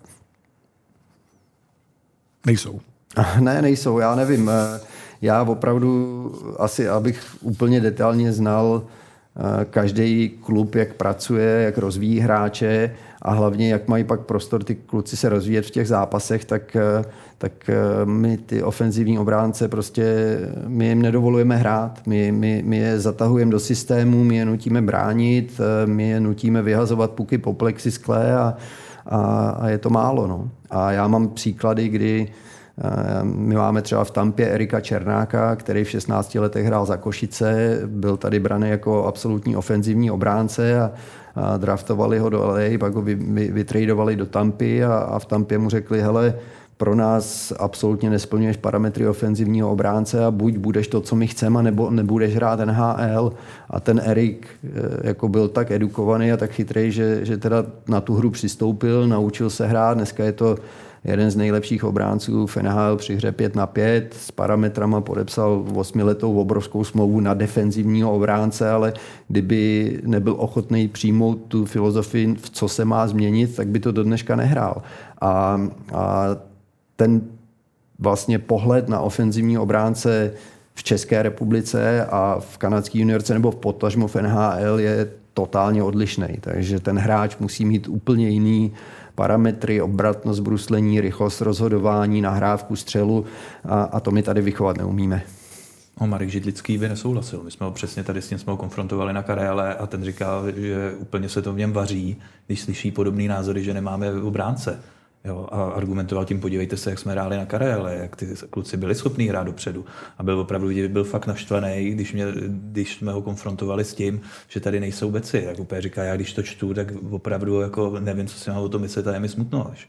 Nejsou. Ne, nejsou, já nevím. Já opravdu asi, abych úplně detailně znal každý klub, jak pracuje, jak rozvíjí hráče a hlavně, jak mají pak prostor ty kluci se rozvíjet v těch zápasech, tak my ty ofenzivní obránce prostě my jim nedovolujeme hrát. My je zatahujeme do systému, my je nutíme bránit, my je nutíme vyhazovat puky po plexiskle a je to málo. No. A já mám příklady, kdy my máme třeba v Tampě Erika Černáka, který v 16 letech hrál za Košice, byl tady braný jako absolutní ofenzivní obránce a draftovali ho do LA, pak ho vytradovali do Tampy a v Tampě mu řekli, hele, pro nás absolutně nesplňuješ parametry ofenzivního obránce a buď budeš to, co my chceme, nebo nebudeš hrát NHL. A ten Erik jako byl tak edukovaný a tak chytrý, že teda na tu hru přistoupil, naučil se hrát. Dneska je to jeden z nejlepších obránců v NHL při hře 5-5, s parametrama podepsal 8letou obrovskou smlouvu na defenzivního obránce, ale kdyby nebyl ochotný přijmout tu filozofii, v co se má změnit, tak by to do dneška nehrál. A ten vlastně pohled na ofenzivní obránce v České republice a v kanadské juniorce nebo v potažmo v NHL je totálně odlišný. Takže ten hráč musí mít úplně jiný parametry, obratnost bruslení, rychlost rozhodování, nahrávku střelu a to my tady vychovat neumíme. Marek Židlický by nesouhlasil. My jsme ho přesně tady s ním jsme ho konfrontovali na Karele a ten říkal, že úplně se to v něm vaří, když slyší podobný názory, že nemáme obránce. Jo, a argumentoval tím, podívejte se, jak jsme hráli na Karele, jak ty kluci byli schopní hrát dopředu. A byl opravdu byl fakt naštvaný, když jsme ho konfrontovali s tím, že tady nejsou beci. Tak úplně říká, já když to čtu, tak opravdu jako nevím, co si mám o tom myslet, a je mi smutno až.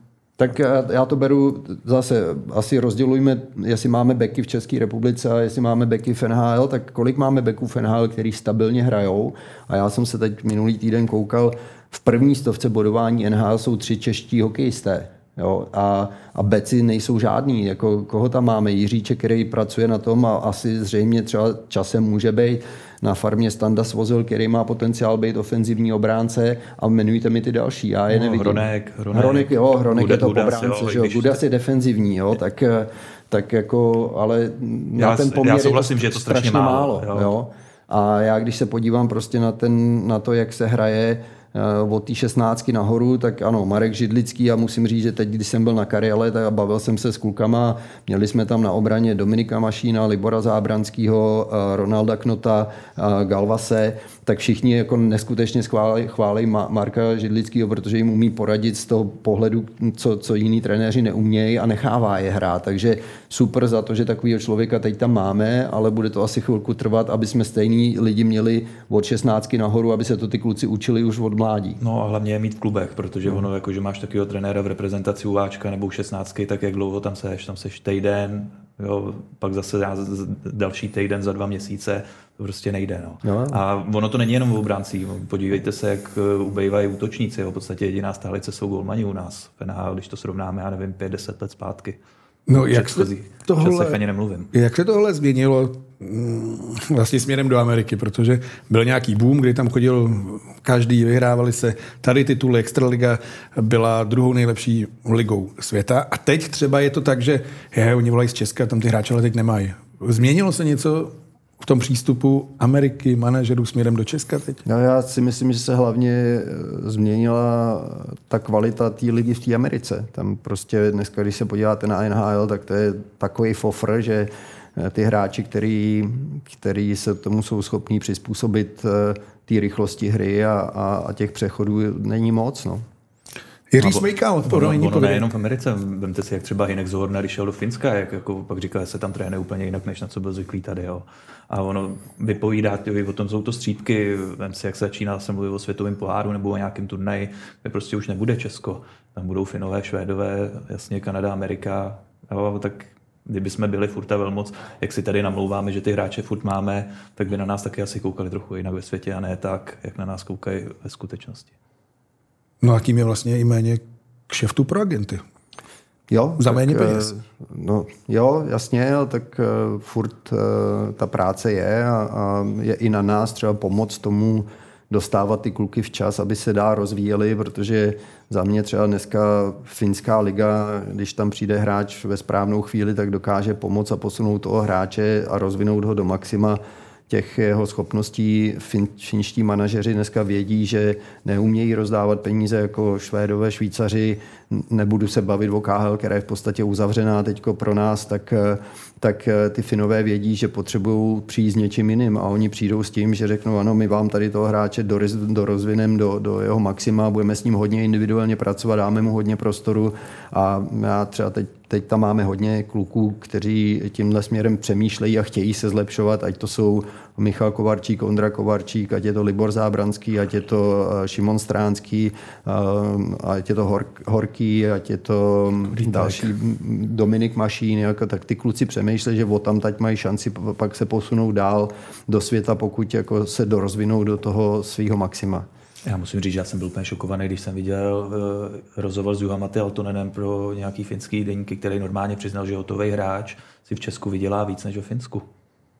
Tak já to beru zase, asi rozdělujme, jestli máme beky v České republice a jestli máme beky v NHL, tak kolik máme beků v NHL, který stabilně hrajou. A já jsem se teď minulý týden koukal, v první stovce bodování NHL jsou 3 čeští hokejisté. Jo, a beci nejsou žádný. Jako, koho tam máme? Jiříček, který pracuje na tom a asi zřejmě třeba časem může být. Na farmě Standa Svozil, který má potenciál být ofenzivní obránce a jmenujte mi ty další. Já je nevidím. Hronek je to obránce, že jo. Gudas je defenzivní, jo, tak jako, ale na ten poměr já souhlasím, že je to strašně málo. Jo. A já když se podívám prostě na to, jak se hraje od té 16 nahoru, tak ano, Marek Židlický, a musím říct, že teď, když jsem byl na Karele, tak bavil jsem se s klukama, měli jsme tam na obraně Dominika Mašína, Libora Zábranského, Ronalda Knota, Galvase, tak všichni jako neskutečně chválí Marka Židlického, protože jim umí poradit z toho pohledu, co jiní trenéři neumějí a nechává je hrát. Takže super za to, že takového člověka teď tam máme, ale bude to asi chvilku trvat, aby jsme stejný lidi měli od 16 nahoru, aby se to ty kluci učili už od mládí. No a hlavně je mít v klubech, protože ono, jako, že máš takového trenéra v reprezentaci uváčka nebo 16, tak jak dlouho tam seš týden, jo, pak zase další týden za 2 měsíce, to prostě nejde. No. A ono to není jenom v obráncích. Podívejte se, jak ubejvají útočníci. V podstatě jediná stálice jsou golmani u nás v NHL, když to srovnáme, já nevím, 5-10 let zpátky. No, jak se tohle změnilo vlastně směrem do Ameriky, protože byl nějaký boom, kdy tam chodil každý, vyhrávali se tady tituly, Extraliga byla druhou nejlepší ligou světa a teď třeba je to tak, že oni volají z Česka, tam ty hráče ale teď nemají. Změnilo se něco v tom přístupu Ameriky, manažerů směrem do Česka teď? No, já si myslím, že se hlavně změnila ta kvalita té ligy v té Americe. Tam prostě dneska, když se podíváte na NHL, tak to je takový fofr, že ty hráči, který se tomu jsou schopní přizpůsobit té rychlosti hry a těch přechodů není moc. No. Jiří Smejka ono nejenom v Americe. Vemte si, jak třeba Hinek Zohorna, když šel do Finska, jak jako pak říkal, že se tam trénuje úplně jinak, než na co byl zvyklý tady. Jo. A ono vypovídá, o tom jsou to střípky, vem si, jak se začíná se mluvit o světovém poháru nebo o nějakém turnaji, kde prostě už nebude Česko. Tam budou Finové, Švédové, jasně Kanada, Amerika. Jo, tak kdyby jsme byli furt a velmoc, jak si tady namlouváme, že ty hráče furt máme, tak by na nás taky asi koukali trochu jinak ve světě a ne tak, jak na nás koukají ve skutečnosti. No a tím je vlastně i méně kšeftu pro agenty. Jo, za méně peněz. No, jo, jasně, tak furt ta práce je a je i na nás třeba pomoct tomu dostávat ty kluky včas, aby se dál rozvíjeli, protože za mě třeba dneska finská liga, když tam přijde hráč ve správnou chvíli, tak dokáže pomoct a posunout toho hráče a rozvinout ho do maxima těch jeho schopností. Finští manažeři dneska vědí, že neumějí rozdávat peníze jako Švédové, Švýcaři. Nebudu se bavit o KHL, která je v podstatě uzavřená teďko pro nás, tak ty Finové vědí, že potřebují přijít s něčím jiným a oni přijdou s tím, že řeknou, ano, my vám tady toho hráče dorozvinem do jeho maxima, budeme s ním hodně individuálně pracovat, dáme mu hodně prostoru a já třeba teď tam máme hodně kluků, kteří tímhle směrem přemýšlejí a chtějí se zlepšovat, ať to jsou Michal Kovarčík, Ondra Kovarčík, ať je to Libor Zábranský, ať je to Šimon Stránský, ať je to Horký, ať je to další Dominik Mašín, jako, tak ty kluci přemýšlejí, že o tam teď mají šanci pak se posunout dál do světa, pokud jako se dorozvinou do toho svého maxima. Já musím říct, že já jsem byl úplně šokovaný, když jsem viděl rozhovor s Juha-Matti Aaltonenem pro nějaký finský deníky, který normálně přiznal, že hotový hráč si v Česku vydělá víc než o Finsku.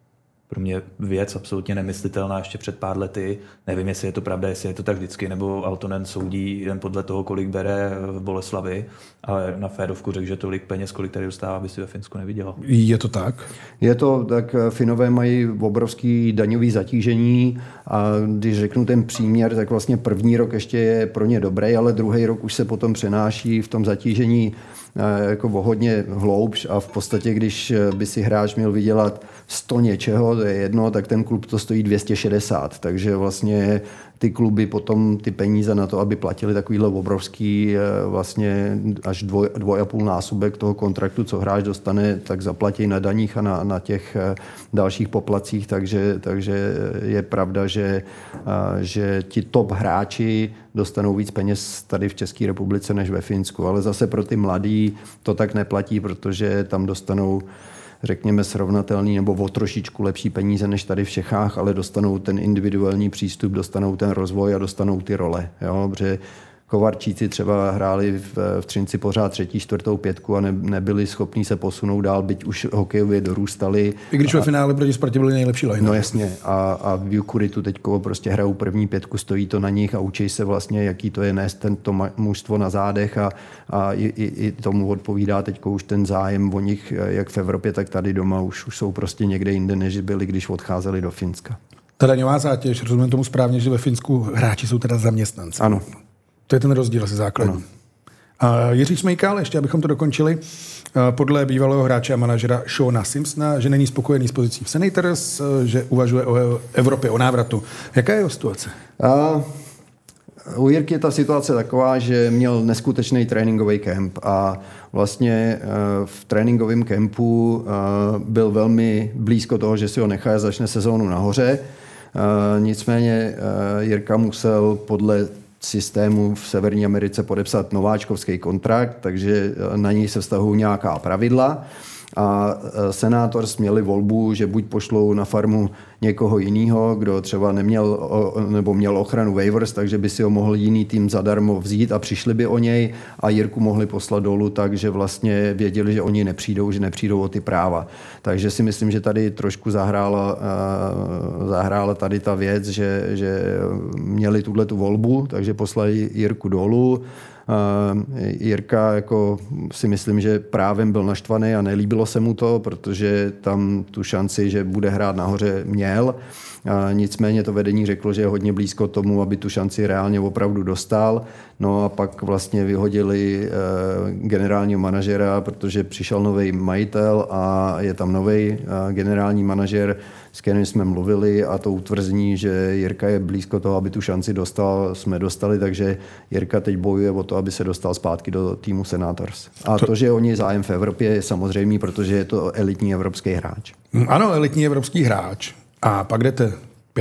pro mě věc absolutně nemyslitelná ještě před pár lety. Nevím, jestli je to pravda, jestli je to tak vždycky, nebo Aaltonen soudí jen podle toho, kolik bere v Boleslavi, ale na férovku řekl, že tolik peněz, kolik tady dostává, by si ve Finsku neviděl. Je to tak? Je to tak, Finové mají obrovský daňový zatížení a když řeknu ten příměr, tak vlastně první rok ještě je pro ně dobrý, ale druhý rok už se potom přenáší v tom zatížení jako o hodně hloubš a v podstatě, když by si hráč měl vydělat 100 něčeho, to je jedno, tak ten klub to stojí 260, takže vlastně ty kluby potom ty peníze na to, aby platili takovýhle obrovský vlastně až dvoj a násobek toho kontraktu, co hráč dostane, tak zaplatí na daních a na těch dalších poplacích, takže je pravda, že ti top hráči dostanou víc peněz tady v České republice než ve Finsku, ale zase pro ty mladí to tak neplatí, protože tam dostanou řekněme srovnatelný nebo o trošičku lepší peníze než tady v Čechách, ale dostanou ten individuální přístup, dostanou ten rozvoj a dostanou ty role. Jo? Protože Kovarčíci třeba hráli v Třinci pořád 3., 4., 5. a nebyli schopní se posunout dál, byť už hokejově dorůstali. I když ve finále proti Spartě byli nejlepší line. No jasně. A v Jukuritu teďko prostě hrajou první 5, stojí to na nich a učí se vlastně, jaký to je nést tento mužstvo na zádech a i tomu odpovídá teďko už ten zájem o nich, jak v Evropě, tak tady doma už jsou prostě někde jinde, než byli, když odcházeli do Finska. Ta daňová zátěž, rozumím tomu správně, že ve Finsku hráči jsou teda zaměstnanci. Ano. To je ten rozdíl asi základní. A Jiří Smejkal, ještě abychom to dokončili, podle bývalého hráče a manažera Shawna Simpsona, že není spokojený s pozicí v Senators, že uvažuje o Evropě, o návratu. Jaká je jeho situace? U Jirky je ta situace taková, že měl neskutečný tréninkový kemp a vlastně v tréninkovém kempu byl velmi blízko toho, že si ho nechá a začne sezónu nahoře. Nicméně Jirka musel podle systému v Severní Americe podepsat nováčkovský kontrakt, takže na něj se vztahují nějaká pravidla a Senators měli volbu, že buď pošlou na farmu někoho jiného, kdo třeba neměl nebo měl ochranu waivers, takže by si ho mohl jiný tým zadarmo vzít a přišli by o něj a Jirku mohli poslat dolů, takže vlastně věděli, že oni nepřijdou, že nepřijdou o ty práva. Takže si myslím, že tady trošku zahrála tady ta věc, že měli tuhletu volbu, takže poslali Jirku dolů. Jirka jako si myslím, že právem byl naštvaný a nelíbilo se mu to, protože tam tu šanci, že bude hrát nahoře, měl. Nicméně to vedení řeklo, že je hodně blízko tomu, aby tu šanci reálně opravdu dostal. No a pak vlastně vyhodili generálního manažera, protože přišel nový majitel a je tam nový generální manažer, s kterým jsme mluvili a to utvrzení, že Jirka je blízko toho, aby tu šanci dostal, jsme dostali, takže Jirka teď bojuje o to, aby se dostal zpátky do týmu Senators. A to, že oni zájem v Evropě je samozřejmé, protože je to elitní evropský hráč. Ano, elitní evropský hráč. A pak jdete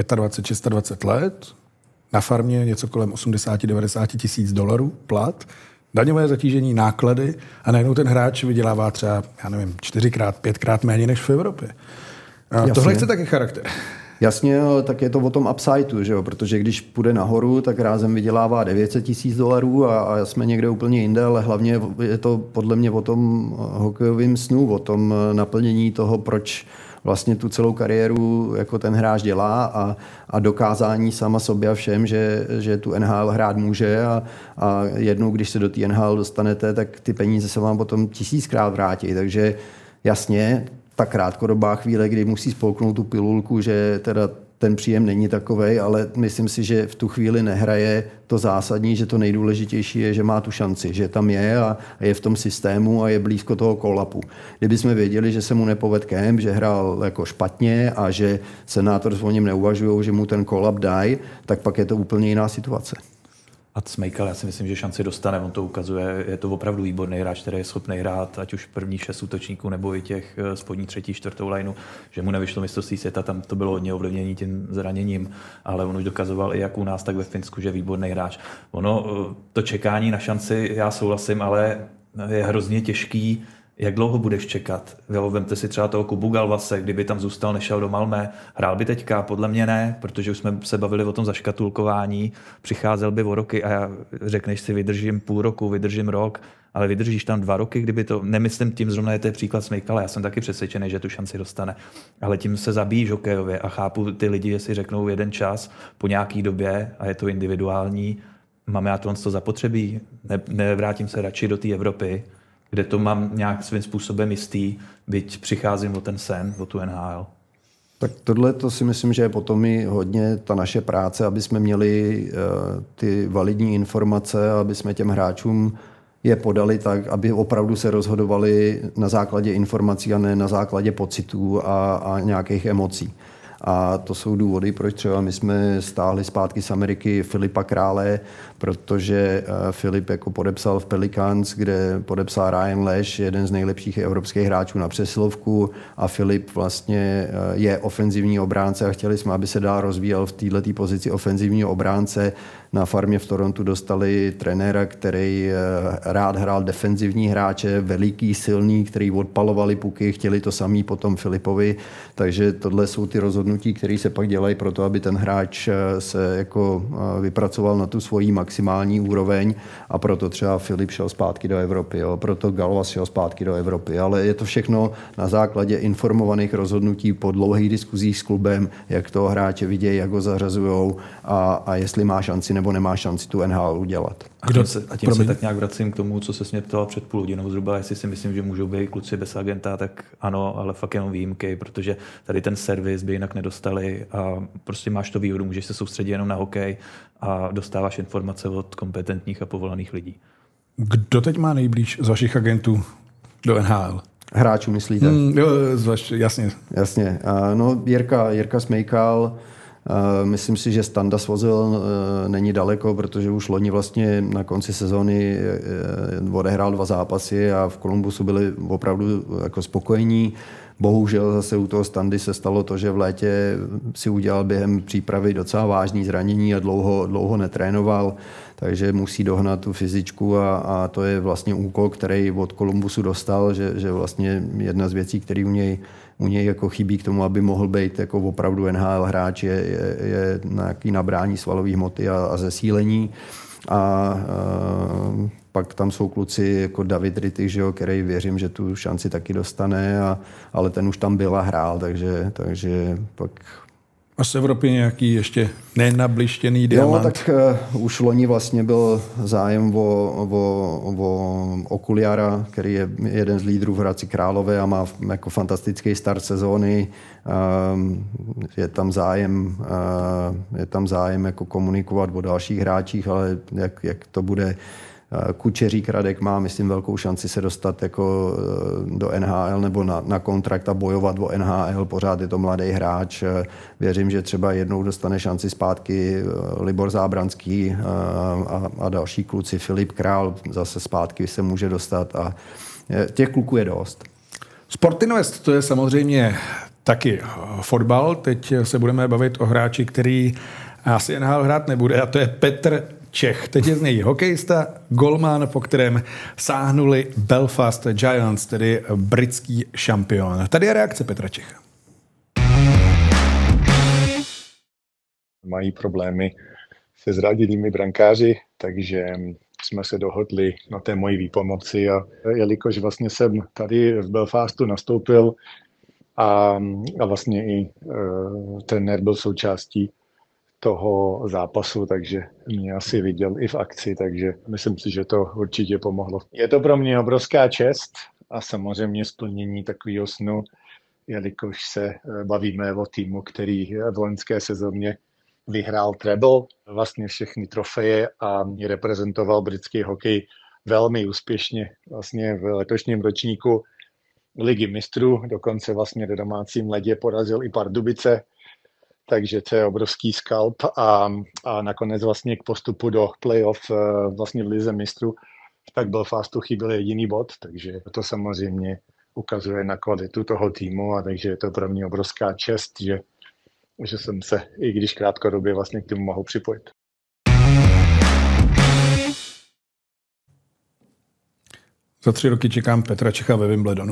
25, 26 let, na farmě něco kolem 80-90 tisíc dolarů plat, daňové zatížení, náklady a najednou ten hráč vydělává třeba, já nevím, 4x, 5x méně než v Evropě. A tohle chce taky charakter. Jasně, ale tak je to o tom upsideu, že jo? Protože když půjde nahoru, tak rázem vydělává 900 tisíc dolarů a jsme někde úplně jinde, ale hlavně je to podle mě o tom hokejovém snu, o tom naplnění toho, proč vlastně tu celou kariéru jako ten hráč dělá a dokázání sama sobě a všem, že tu NHL hrát může a jednou, když se do té NHL dostanete, tak ty peníze se vám potom 1000krát vrátí. Takže jasně, ta krátkodobá chvíle, kdy musí spolknout tu pilulku, že teda ten příjem není takovej, ale myslím si, že v tu chvíli nehraje to zásadní, že to nejdůležitější je, že má tu šanci, že tam je a je v tom systému a je blízko toho kolapu. Kdyby jsme věděli, že se mu nepoved kemp, že hrál jako špatně a že Senators o něm neuvažují, že mu ten kolap dají, tak pak je to úplně jiná situace. A Smejkal, já si myslím, že šanci dostane, on to ukazuje, je to opravdu výborný hráč, který je schopný hrát, ať už první 6 útočníků nebo i těch spodní 3., 4. lineu, že mu nevyšlo mistrovství světa, tam to bylo hodně ovlivnění tím zraněním, ale on už dokazoval i jak u nás, tak ve Finsku, že je výborný hráč. Ono, to čekání na šanci, já souhlasím, ale je hrozně těžký Jak dlouho budeš čekat? Vemte si třeba toho Kubu Galvase, kdyby tam zůstal, nešel do Malmö. Hrál by teďka? Podle mě ne, protože už jsme se bavili o tom zaškatulkování. Přicházel by o roky a řekneš si, vydržím půl roku, vydržím rok, ale vydržíš tam 2 roky, kdyby to, nemyslím tím zrovna, je to příklad Smejkala, já jsem taky přesvědčený, že tu šanci dostane, ale tím se zabíjíš hokejově a chápu ty lidi, že si řeknou jeden čas po nějaký době a je to individuální, máme já to zapotřebí, nevrátím se radši do té Evropy, kde to mám nějak svým způsobem jistý, byť přicházím o ten sen, o tu NHL. Tak tohle to si myslím, že je potom i hodně ta naše práce, aby jsme měli ty validní informace, aby jsme těm hráčům je podali tak, aby opravdu se rozhodovali na základě informací a ne na základě pocitů a nějakých emocí. A to jsou důvody, proč třeba my jsme stáhli zpátky z Ameriky Filipa Krále, protože Filip jako podepsal v Pelicans, kde podepsal Ryan Lash, jeden z nejlepších evropských hráčů na přesilovku, a Filip vlastně je ofenzivní obránce a chtěli jsme, aby se dál rozvíjel v této pozici ofenzivního obránce. Na farmě v Torontu dostali trenéra, který rád hrál defenzivní hráče, veliký, silný, který odpalovali puky, chtěli to samý potom Filipovi, takže tohle jsou ty rozhodnutí, které se pak dělají pro to, aby ten hráč se jako vypracoval na tu svoji maximální úroveň, a proto třeba Filip šel zpátky do Evropy, jo? Proto Galvas šel zpátky do Evropy, ale je to všechno na základě informovaných rozhodnutí po dlouhých diskuzích s klubem, jak toho hráče vidějí, jak ho zařazujou a jestli má šanci nebo nemá šanci tu NHL udělat. A tím se tak nějak vracím k tomu, co se mě ptal před půl hodinou zhruba, jestli si myslím, že můžou být kluci bez agenta, tak ano, ale fakt jenom výjimky, protože tady ten servis by jinak nedostali a prostě máš to výhodu, můžeš se soustředit jenom na hokej a dostáváš informace od kompetentních a povolaných lidí. Kdo teď má nejblíž z vašich agentů do NHL? Hráčů myslíte? Jasně. Jasně. No, Jirka Smejkal, myslím si, že Standa Svozil není daleko, protože už loni vlastně na konci sezóny odehrál 2 zápasy a v Columbusu byli opravdu jako spokojení. Bohužel zase u toho Standy se stalo to, že v létě si udělal během přípravy docela vážný zranění a dlouho netrénoval, takže musí dohnat tu fyzičku a to je vlastně úkol, který od Columbusu dostal, že vlastně jedna z věcí, které u něj jako chybí k tomu, aby mohl být jako opravdu NHL hráč, je nějaký nabrání svalové hmoty a zesílení. A pak tam jsou kluci jako David Rittich, že jo, který věřím, že tu šanci taky dostane, ale ten už tam byl a hrál, takže pak... A z Evropy nějaký ještě nenablištěný diamant? No, tak už loni vlastně byl zájem o Okuliara, který je jeden z lídrů v Hradci Králové a má jako fantastický start sezóny. Je tam zájem jako komunikovat o dalších hráčích, ale jak to bude... Kučeřík Radek má, myslím, velkou šanci se dostat jako do NHL nebo na kontrakt a bojovat o NHL. Pořád je to mladý hráč. Věřím, že třeba jednou dostane šanci zpátky Libor Zábranský a další kluci. Filip Král zase zpátky se může dostat a těch kluků je dost. Sportinvest, to je samozřejmě taky fotbal. Teď se budeme bavit o hráči, který asi NHL hrát nebude, a to je Petr Čech. Teď je z něj hokejista, golman, po kterém sáhnuli Belfast Giants, tedy britský šampion. Tady je reakce Petra Čecha. Mají problémy se zranilými brankáři, takže jsme se dohodli na té mojí výpomoci, a jelikož vlastně jsem tady v Belfastu nastoupil a vlastně i trenér byl součástí toho zápasu, takže mě asi viděl i v akci, takže myslím si, že to určitě pomohlo. Je to pro mě obrovská čest a samozřejmě splnění takového snu, jelikož se bavíme o týmu, který v loňské sezóně vyhrál treble, vlastně všechny trofeje a reprezentoval britský hokej velmi úspěšně vlastně v letošním ročníku Ligy mistrů, dokonce vlastně do domácím ledě porazil i Pardubice, takže to je obrovský skalp a nakonec vlastně k postupu do playoff vlastně v Lize mistrů tak Belfastu chyběl jediný bod, takže to samozřejmě ukazuje na kvalitu toho týmu, a takže je to pro mě obrovská čest, že jsem se, i když krátkodobě vlastně k tomu mohl připojit. Za 3 roky čekám Petra Čecha ve Wimbledonu.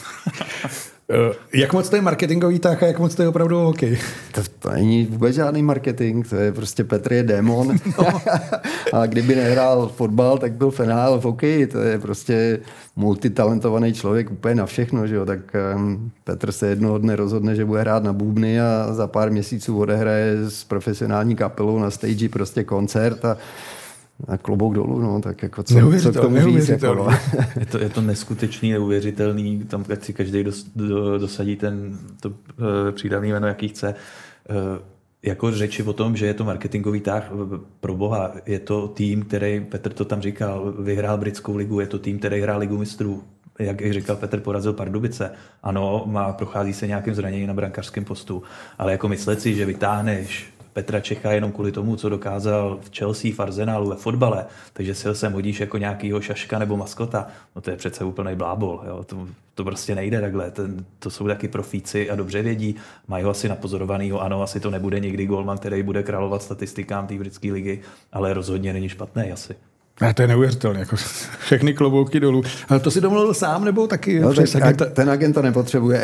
Jak moc to je marketingový tah a jak moc to je opravdu hokej? To není vůbec žádný marketing, to je prostě Petr je démon. No. A kdyby nehrál fotbal, tak byl fenál v hokeji. To je prostě multitalentovaný člověk úplně na všechno. Že jo? Tak Petr se jednoho dne rozhodne, že bude hrát na bubny a za pár měsíců odehraje s profesionální kapelou na stage prostě koncert a klobouk dolů, no, tak jako co k tomu říct. Jako, no. Je to neskutečný, neuvěřitelný, tam ať si každý dosadí to přídavný jméno, jaký chce. Jako řeči o tom, že je to marketingový tah, pro boha, je to tým, který, Petr to tam říkal, vyhrál britskou ligu, je to tým, který hrál ligu mistrů. Jak říkal Petr, porazil Pardubice. Ano, prochází se nějakým zraněním na brankářském postu, ale jako myslet si, že vytáhneš Petra Čecha jenom kvůli tomu, co dokázal v Chelsea, v Arsenalu, ve fotbale, takže si ho sem hodíš jako nějakýho šaška nebo maskota, no to je přece úplný blábol. Jo? To prostě nejde takhle. To jsou taky profíci a dobře vědí, mají ho asi napozorovanýho, ano, asi to nebude nikdy golman, který bude královat statistikám té britské ligy, ale rozhodně není špatný asi. A to je neuvěřitelné, jako všechny klobouky dolů. Ale to si domluvil sám, nebo taky no, ten agent to nepotřebuje.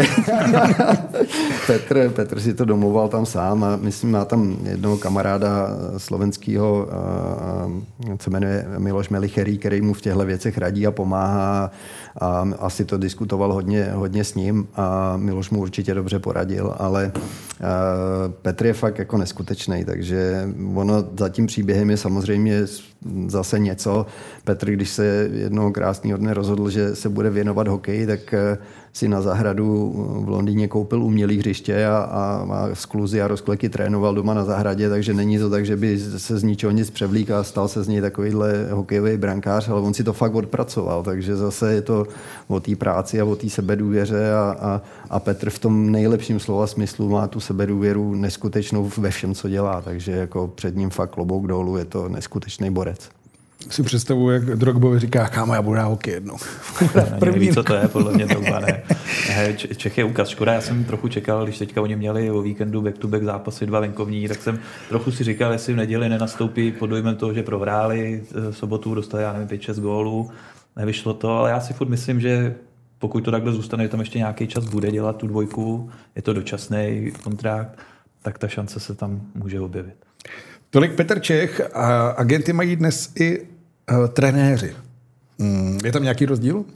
Petr si to domluval tam sám a myslím, má tam jednoho kamaráda slovenského, co jmenuje Miloš Melicherý, který mu v těchto věcech radí a pomáhá a asi to diskutoval hodně s ním a Miloš mu určitě dobře poradil, ale Petr je fakt jako neskutečný, takže ono za tím příběhem je samozřejmě zase něco. Petr, když se jednoho krásného dne rozhodl, že se bude věnovat hokeji, tak si na zahradu v Londýně koupil umělý hřiště a má skluzy a rozkleky trénoval doma na zahradě, takže není to tak, že by se z ničeho nic převlík a stal se z něj takovýhle hokejový brankář, ale on si to fakt odpracoval, takže zase je to o té práci a o té sebedůvěře a Petr v tom nejlepším slova smyslu má tu sebedůvěru neskutečnou ve všem, co dělá, takže jako před ním fakt klobouk dolů, je to neskutečný borec. Si představuji, jak Drogbovi říká, kámo, já budu hrát hokej jednou. Neví, co to je, podle mě Drogba ne. Čech je úkaz. Škoda, já jsem trochu čekal, když teďka oni měli o víkendu back-to-back zápasy 2 venkovní, tak jsem trochu si říkal, jestli v neděli nenastoupí pod dojmem toho, že prohráli, sobotu dostali, já nevím, 5-6 gólů, nevyšlo to, ale já si furt myslím, že pokud to takhle zůstane, že tam ještě nějaký čas bude dělat tu dvojku, je to dočasný kontrakt, tak ta šance se tam může objevit. Tolik Petr Čech a agenty mají dnes i trenéři. Je tam nějaký rozdíl?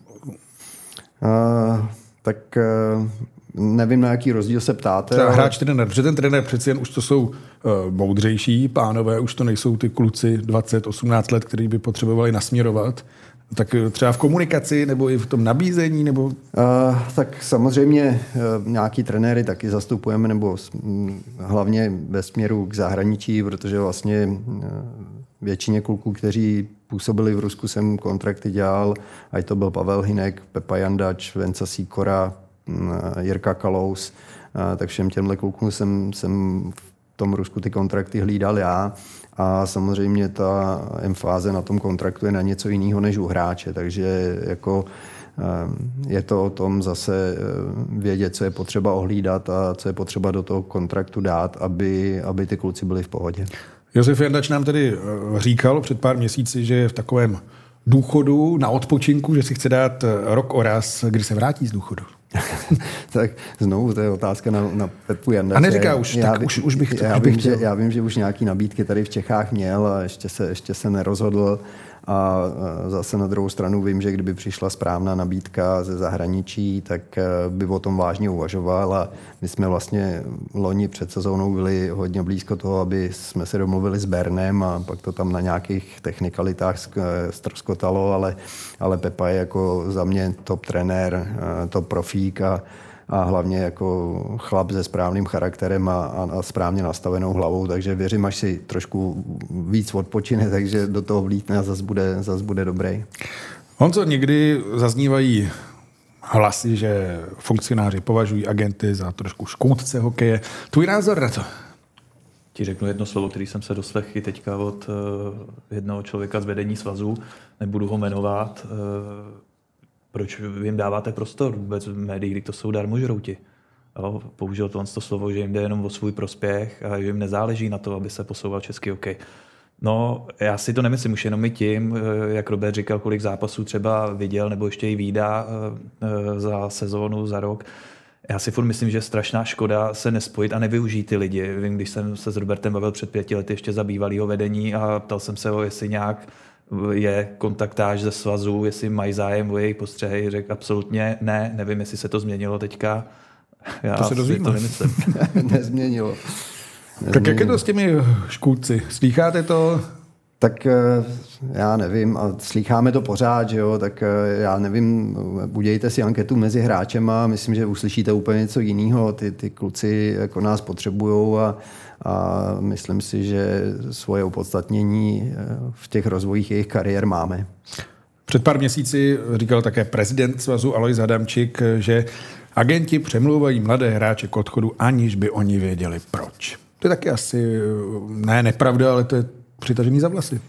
Nevím, na jaký rozdíl se ptáte. Třeba hráč trenér, protože ten trenér přeci jen už to jsou moudřejší pánové, už to nejsou ty kluci 20-18 let, kteří by potřebovali nasměrovat. Tak třeba v komunikaci nebo i v tom nabízení? Nebo... Tak samozřejmě nějaký trenéry taky zastupujeme, nebo hlavně ve směru k zahraničí, protože vlastně většině kluků, kteří působili v Rusku, jsem kontrakty dělal, ať to byl Pavel Hinek, Pepa Jandač, Venca Sýkora, Jirka Kalous, tak všem těmhle klukům jsem v tom Rusku ty kontrakty hlídal já. A samozřejmě ta emfáze na tom kontraktu je na něco jiného než u hráče, takže jako je to o tom zase vědět, co je potřeba ohlídat a co je potřeba do toho kontraktu dát, aby ty kluci byli v pohodě. Josef Jandač nám tedy říkal před pár měsíci, že je v takovém důchodu na odpočinku, že si chce dát rok oraz, kdy se vrátí z důchodu. Tak znovu, to je otázka na Pepu Jandače. A neříká už, už bych chtěl. Já vím, že už nějaký nabídky tady v Čechách měl a ještě se nerozhodl. A zase na druhou stranu vím, že kdyby přišla správná nabídka ze zahraničí, tak by o tom vážně uvažoval a my jsme vlastně loni před sezónou byli hodně blízko toho, aby jsme se domluvili s Bernem a pak to tam na nějakých technikalitách ztroskotalo, ale Pepa je jako za mě top trenér, top profík a hlavně jako chlap se správným charakterem a správně nastavenou hlavou, takže věřím, až si trošku víc odpočine, takže do toho vlítne a zas bude dobrý. Honzo, někdy zaznívají hlasy, že funkcionáři považují agenty za trošku škůdce hokeje. Tvůj názor na to? Ti řeknu jedno slovo, který jsem se doslechl i teďka od jednoho člověka z vedení svazu, nebudu ho jmenovat. Proč jim dáváte prostor vůbec v médiích, když to jsou darmožrouti? Použil to slovo, že jim jde jenom o svůj prospěch a že jim nezáleží na to, aby se posouval český hokej. No, já si to nemyslím už jenom i tím, jak Robert říkal, kolik zápasů třeba viděl nebo ještě i vídá za sezónu, za rok. Já si furt myslím, že je strašná škoda se nespojit a nevyužít ty lidi. Vím, když jsem se s Robertem bavil před 5 lety ještě za bývalého vedení a ptal jsem se ho, jestli nějak je kontaktáž ze svazu, jestli mají zájem o jejich postřehy. Řekl absolutně ne, nevím, jestli se to změnilo teďka. Já to se dozvíme. to nemyslím. Nezměnilo. Tak jak je to s těmi škůdci? Slýcháte to? Tak já nevím, a slýcháme to pořád, že jo, tak já nevím, udějte si anketu mezi hráčema, myslím, že uslyšíte úplně něco jiného, ty kluci jako nás potřebujou a myslím si, že svoje opodstatnění v těch rozvojích jejich kariér máme. Před pár měsíci říkal také prezident svazu Alojz Adamčík, že agenti přemlouvají mladé hráče k odchodu, aniž by oni věděli proč. To je taky asi nepravda, ale to je přitažený za vlasy.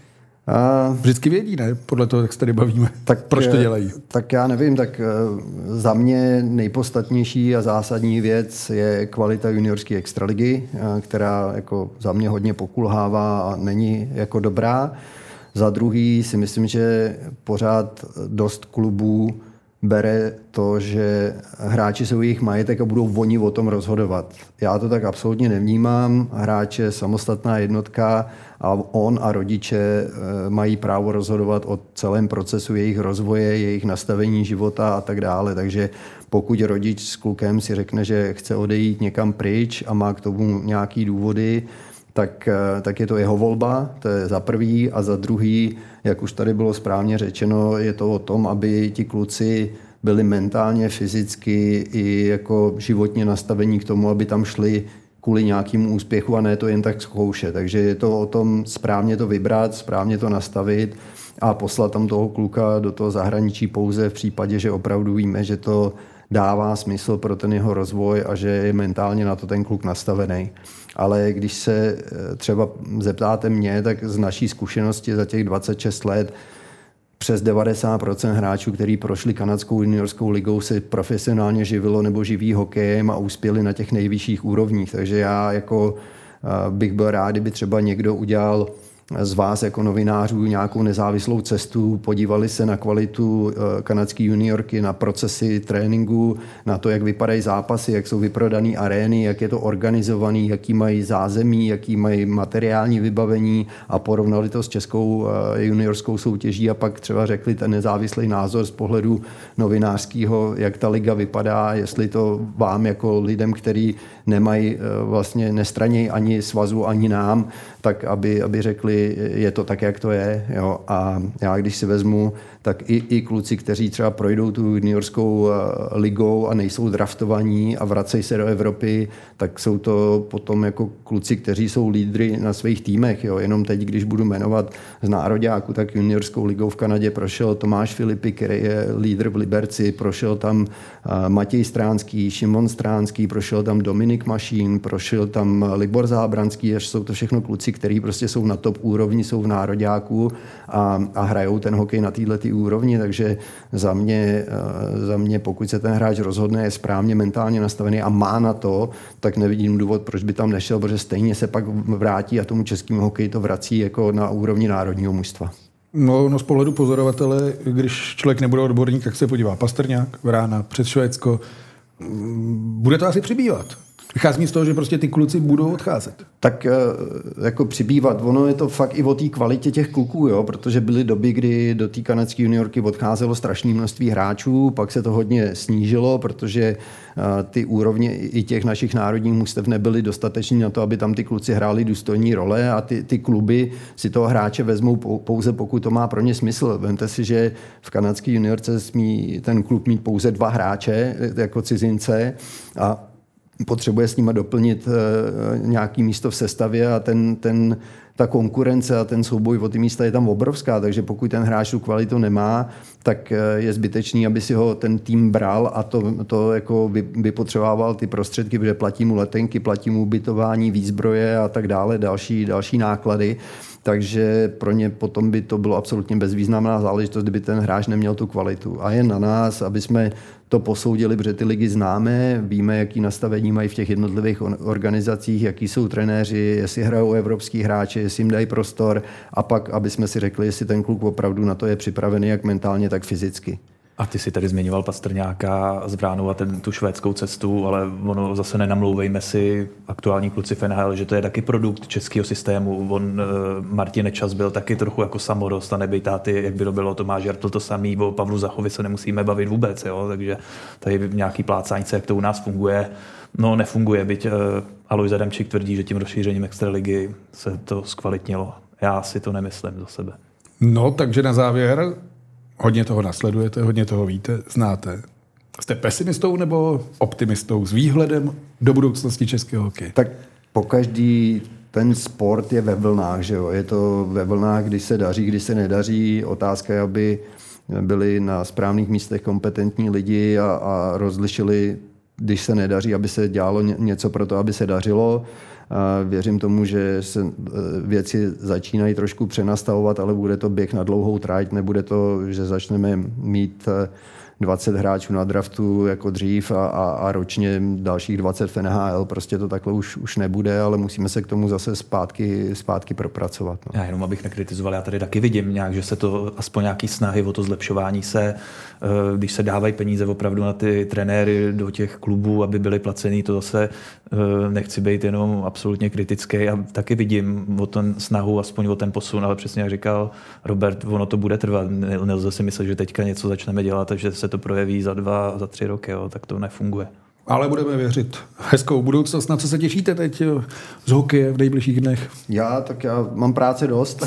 Vždycky vědí, ne? Podle toho, jak se tady bavíme. Tak proč to dělají? Tak já nevím, tak za mě nejpodstatnější a zásadní věc je kvalita juniorské extraligy, která jako za mě hodně pokulhává a není jako dobrá. Za druhý si myslím, že pořád dost klubů bere to, že hráči jsou jejich majetek a budou oni o tom rozhodovat. Já to tak absolutně nevnímám. Hráč je samostatná jednotka a on a rodiče mají právo rozhodovat o celém procesu jejich rozvoje, jejich nastavení života a tak dále. Takže pokud rodič s klukem si řekne, že chce odejít někam pryč a má k tomu nějaký důvody, tak je to jeho volba, to je za prvý, a za druhý, jak už tady bylo správně řečeno, je to o tom, aby ti kluci byli mentálně, fyzicky i jako životně nastavení k tomu, aby tam šli kvůli nějakému úspěchu a ne to jen tak zkoušet. Takže je to o tom správně to vybrat, správně to nastavit a poslat tam toho kluka do toho zahraničí pouze v případě, že opravdu víme, že to dává smysl pro ten jeho rozvoj a že je mentálně na to ten kluk nastavený. Ale když se třeba zeptáte mě, tak z naší zkušenosti za těch 26 let přes 90% hráčů, kteří prošli kanadskou juniorskou ligou, se profesionálně živilo nebo živí hokejem a uspěli na těch nejvyšších úrovních. Takže já jako bych byl rád, kdyby třeba někdo udělal z vás jako novinářů nějakou nezávislou cestu, podívali se na kvalitu kanadské juniorky, na procesy tréninku, na to, jak vypadají zápasy, jak jsou vyprodané arény, jak je to organizovaný, jaký mají zázemí, jaký mají materiální vybavení a porovnali to s českou juniorskou soutěží a pak třeba řekli ten nezávislý názor z pohledu novinářského, jak ta liga vypadá, jestli to vám jako lidem, kteří nemají vlastně nestraněj ani svazu, ani nám, tak aby řekli, je to tak, jak to je. Jo. A já, když si vezmu, tak i kluci, kteří třeba projdou tu juniorskou ligou a nejsou draftovaní a vracejí se do Evropy, tak jsou to potom jako kluci, kteří jsou lídry na svých týmech. Jo. Jenom teď, když budu jmenovat z nároďáku, tak juniorskou ligou v Kanadě prošel Tomáš Filipy, který je lídr v Liberci, prošel tam Matěj Stránský, Šimon Stránský, prošel tam Dominik Mašín, prošel tam Libor Zábranský, až jsou to všechno kluci, kteří prostě jsou na top úrovni, jsou v nároďáku a hrajou ten hokej na této úrovni, takže za mě, pokud se ten hráč rozhodne, je správně mentálně nastavený a má na to, tak nevidím důvod, proč by tam nešel, protože stejně se pak vrátí a tomu českému hokeji to vrací jako na úrovni národního mužstva. No z pohledu pozorovatele, když člověk nebude odborník, tak se podívá Pastrňák, Vrána, před Švédsko. Bude to asi přibývat. Vychází z toho, že prostě ty kluci budou odcházet. Tak jako přibývat, ono je to fakt i o té kvalitě těch kluků, jo? Protože byly doby, kdy do té kanadské juniorky odcházelo strašné množství hráčů, pak se to hodně snížilo, protože ty úrovně i těch našich národních mužstev nebyly dostatečné na to, aby tam ty kluci hráli důstojní role a ty kluby si toho hráče vezmou pouze, pokud to má pro ně smysl. Vemte si, že v kanadské juniorce smí ten klub mít pouze 2 hráče jako cizince a potřebuje s nima doplnit nějaký místo v sestavě a ta konkurence a ten souboj o ty místa je tam obrovská, takže pokud ten hráč tu kvalitu nemá, tak je zbytečný, aby si ho ten tým bral a to jako vypotřebával ty prostředky, protože platí mu letenky, platí mu ubytování, výzbroje a tak dále, další náklady. Takže pro ně potom by to bylo absolutně bezvýznamná záležitost, kdyby ten hráč neměl tu kvalitu. A je na nás, aby jsme to posoudili, protože ty ligy známe, víme, jaký nastavení mají v těch jednotlivých organizacích, jaký jsou trenéři, jestli hrajou evropský hráči, jestli jim dají prostor a pak, aby jsme si řekli, jestli ten kluk opravdu na to je připravený jak mentálně, tak fyzicky. A ty si tady zmiňoval Pastrňáka s Vránou a tu švédskou cestu, ale ono zase nenamlouvejme si aktuální kluci v NHL, že to je taky produkt českého systému. Martin Nečas byl taky trochu jako samorost a nebej táty, jak by to bylo Tomáš Jartl to samý, o Pavlu Zachovi se nemusíme bavit vůbec, jo? Takže tady nějaký plácáňce, jak to u nás funguje, no nefunguje, byť Alojz Adamčík tvrdí, že tím rozšířením extraligy se to zkvalitnilo. Já si to nemyslím za sebe. No, takže na závěr, hodně toho nasledujete, hodně toho víte, znáte. Jste pesimistou nebo optimistou s výhledem do budoucnosti českého hokeje? Tak pokaždý ten sport je ve vlnách, že jo? Je to ve vlnách, když se daří, když se nedaří. Otázka je, aby byli na správných místech kompetentní lidi a rozlišili, když se nedaří, aby se dělalo něco pro to, aby se dařilo. Věřím tomu, že se věci začínají trošku přenastavovat, ale bude to běh na dlouhou trať, nebude to, že začneme mít 20 hráčů na draftu jako dřív a ročně dalších 20 v NHL. Prostě to takhle už nebude, ale musíme se k tomu zase zpátky propracovat. No. Já jenom abych nekritizoval, já tady taky vidím nějak, že se to aspoň nějaký snahy o to zlepšování se, když se dávají peníze opravdu na ty trenéry do těch klubů, aby byli placený, to zase nechci být jenom absolutně kritický a taky vidím o ten snahu, aspoň o ten posun, ale přesně jak říkal Robert, ono to bude trvat. Nelze si myslet, že teďka něco začneme dělat, takže se to projeví za 2, za 3 roky, jo, tak to nefunguje. Ale budeme věřit hezkou budoucnost. Na co se těšíte teď z hokeje v nejbližších dnech? Já mám práce dost.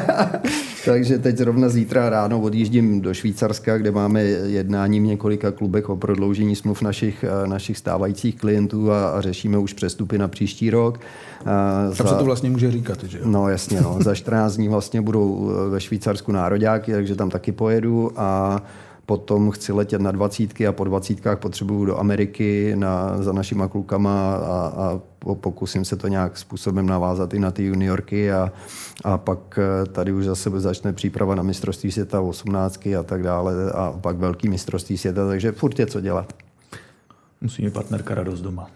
Takže teď zrovna zítra ráno odjíždím do Švýcarska, kde máme jednání v několika klubech o prodloužení smluv našich stávajících klientů a řešíme už přestupy na příští rok. Tam se to vlastně může říkat, že? No jasně, no. Za 14 dní vlastně budou ve Švýcarsku nároďáky, takže tam taky pojedu a potom chci letět na 20 a po 20 potřebuju do Ameriky za našima klukama a pokusím se to nějak způsobem navázat i na ty juniorky a pak tady už zase začne příprava na mistrovství světa 18 a tak dále a pak velký mistrovství světa, takže furt je co dělat. Musí mít partnerka radost doma.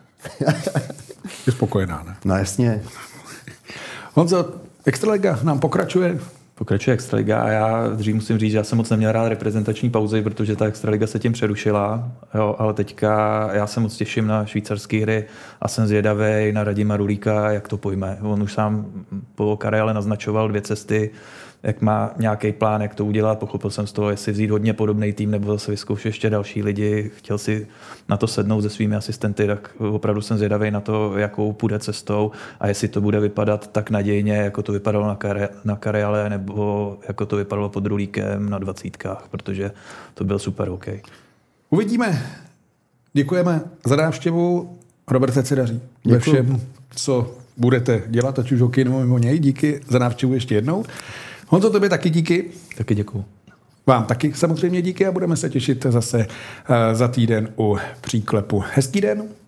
Je spokojená, ne? No jasně. Honzo, Extraliga nám pokračuje. Pokračuje Extraliga a já dřív musím říct, že já jsem moc neměl rád reprezentační pauzy, protože ta Extraliga se tím přerušila, jo, ale teďka já se moc těším na švýcarské hry a jsem zvědavý na Radima Rulíka, jak to pojme. On už sám po kariéře naznačoval 2 cesty, jak má nějaký plán, jak to udělat. Pochopil jsem z toho, jestli vzít hodně podobný tým nebo zase vyzkoušet ještě další lidi. Chtěl si na to sednout se svými asistenty, tak opravdu jsem zvědavý na to, jakou půjde cestou a jestli to bude vypadat tak nadějně, jako to vypadalo na Karjale, nebo jako to vypadalo pod Rulíkem na 20, protože to byl super hokej. Uvidíme. Děkujeme za návštěvu. Robert, se daří ve všem, co budete dělat, ať už hokej nebo mimo něj. Díky za návštěvu ještě jednou. Honzo, tobě taky díky. Taky děkuju. Vám taky samozřejmě díky a budeme se těšit zase za týden u Příklepu. Hezký den.